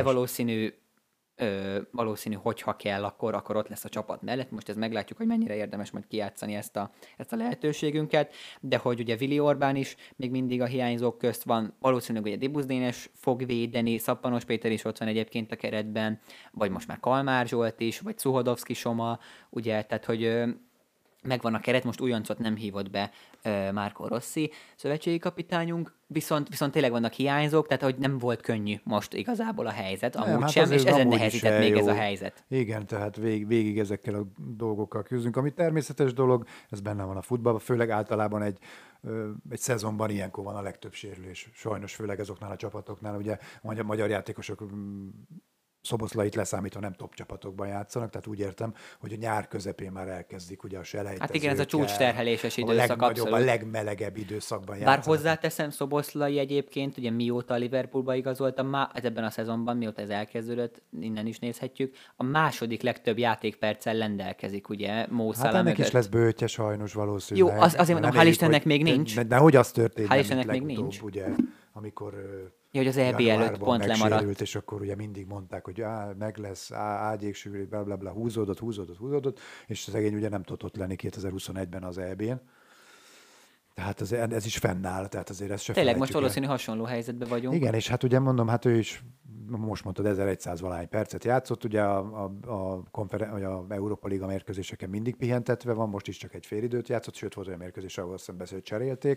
valószínű, hogyha kell, akkor ott lesz a csapat mellett. Most ez meglátjuk, hogy mennyire érdemes majd kijátszani ezt a lehetőségünket, de hogy ugye Vili Orbán is még mindig a hiányzók közt van, valószínűleg ugye Dibusz Dénes fog védeni, Szappanos Péter is ott van egyébként a keretben, vagy most már Kalmár Zsolt is, vagy Szuhodovszki Soma, ugye, tehát hogy megvan a keret, most újoncot nem hívott be Marco Rossi, szövetségi kapitányunk, viszont tényleg vannak hiányzók, tehát hogy nem volt könnyű most igazából a helyzet, amúgy hát sem, és ezen amúgy nehezített se még ez jó. a helyzet. Igen, tehát végig ezekkel a dolgokkal küzdünk, ami természetes dolog, ez benne van a futballban, főleg általában egy szezonban ilyenkor van a legtöbb sérülés. Sajnos főleg azoknál a csapatoknál, ugye a magyar játékosok Szoboszlait leszámítva nem top csapatokban játszanak, tehát úgy értem, hogy a nyár közepén már elkezdik ugye a selejtezőkkel. Hát igen, ez a csúcsterheléses időszak abszolút. A legmelegebb időszakban játszanak. Bár hozzáteszem, Szoboszlai egyébként, ugye mióta a Liverpoolba igazoltam, már ebben a szezonban, mióta ez elkezdődött, innen is nézhetjük, a második legtöbb játékperccel rendelkezik, ugye Mo Salah hát ennek mögött. is lesz bőtje sajnos valószínűleg. Jó, azért mondom, hál' Istennek még nincs. De hogy az történt, hál' Istennek még nincs. Ugye, amikor hogy az EB előtt pont lemaradt. És akkor ugye mindig mondták, hogy meg lesz, ágyéksülés, blablabla, húzódott, és szegény ugye nem tudott ott lenni 2021-ben az EB-n. Tehát ez is fennáll, tehát azért ez se tényleg most valószínű hasonló helyzetben vagyunk. Igen, és hát ugye mondom, hát ő is most mondtad 1100 valahány percet játszott, ugye a Európa Liga mérkőzéseken mindig pihentetve van, most is csak egy félidőt játszott, sőt volt olyan mérkőzés, ahol azt cserélték.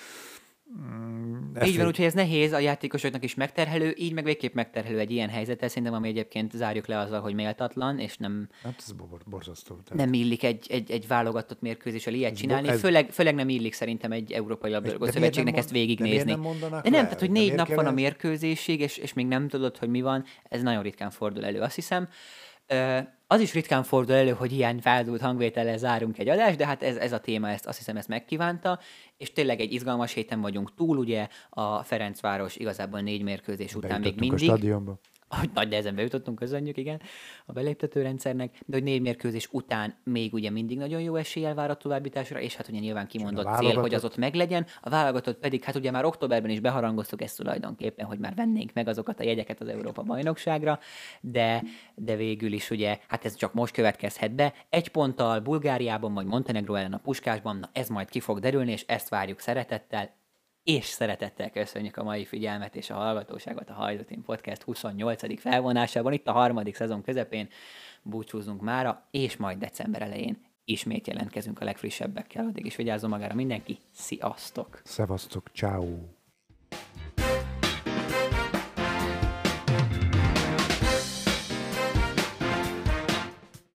Így van, úgyhogy ez nehéz, a játékosoknak is megterhelő, így meg végképp megterhelő egy ilyen helyzetet, szerintem, ami egyébként zárjuk le azzal, hogy méltatlan, és nem, hát ez borzasztó. Nem illik egy válogatott mérkőzéssel ilyet csinálni, főleg nem illik szerintem egy Európai Labdarúgó Szövetségnek ezt végignézni. De nem, tehát hogy 4 nap van a mérkőzésig, és még nem tudod, hogy mi van, ez nagyon ritkán fordul elő, azt hiszem. Az is ritkán fordul elő, hogy ilyen feldúlt hangvétellel zárunk egy adást, de hát ez a téma, azt hiszem, ezt megkívánta, és tényleg egy izgalmas héten vagyunk túl, ugye a Ferencváros igazából 4 mérkőzés után még mindig. A stadionba. Hogy nagy nehezen bejutottunk, köszönjük, igen, a beléptető rendszernek, de hogy 4 mérkőzés után még ugye mindig nagyon jó eséllyel vár a továbbításra, és hát ugye nyilván kimondott cél, hogy az ott meglegyen. A válogatott pedig, hát ugye már októberben is beharangoztuk ezt tulajdonképpen, hogy már vennénk meg azokat a jegyeket az Európa-bajnokságra, de végül is ugye, hát ez csak most következhet be. 1 ponttal Bulgáriában vagy Montenegro ellen a Puskásban, na ez majd ki fog derülni, és ezt várjuk szeretettel. És szeretettel köszönjük a mai figyelmet és a hallgatóságot a Hajdú Team Podcast 28. felvonásában. Itt a 3. szezon közepén búcsúzunk mára, és majd december elején ismét jelentkezünk a legfrissebbekkel. Addig is vigyázzon magára mindenki. Sziasztok! Szevasztok, ciao.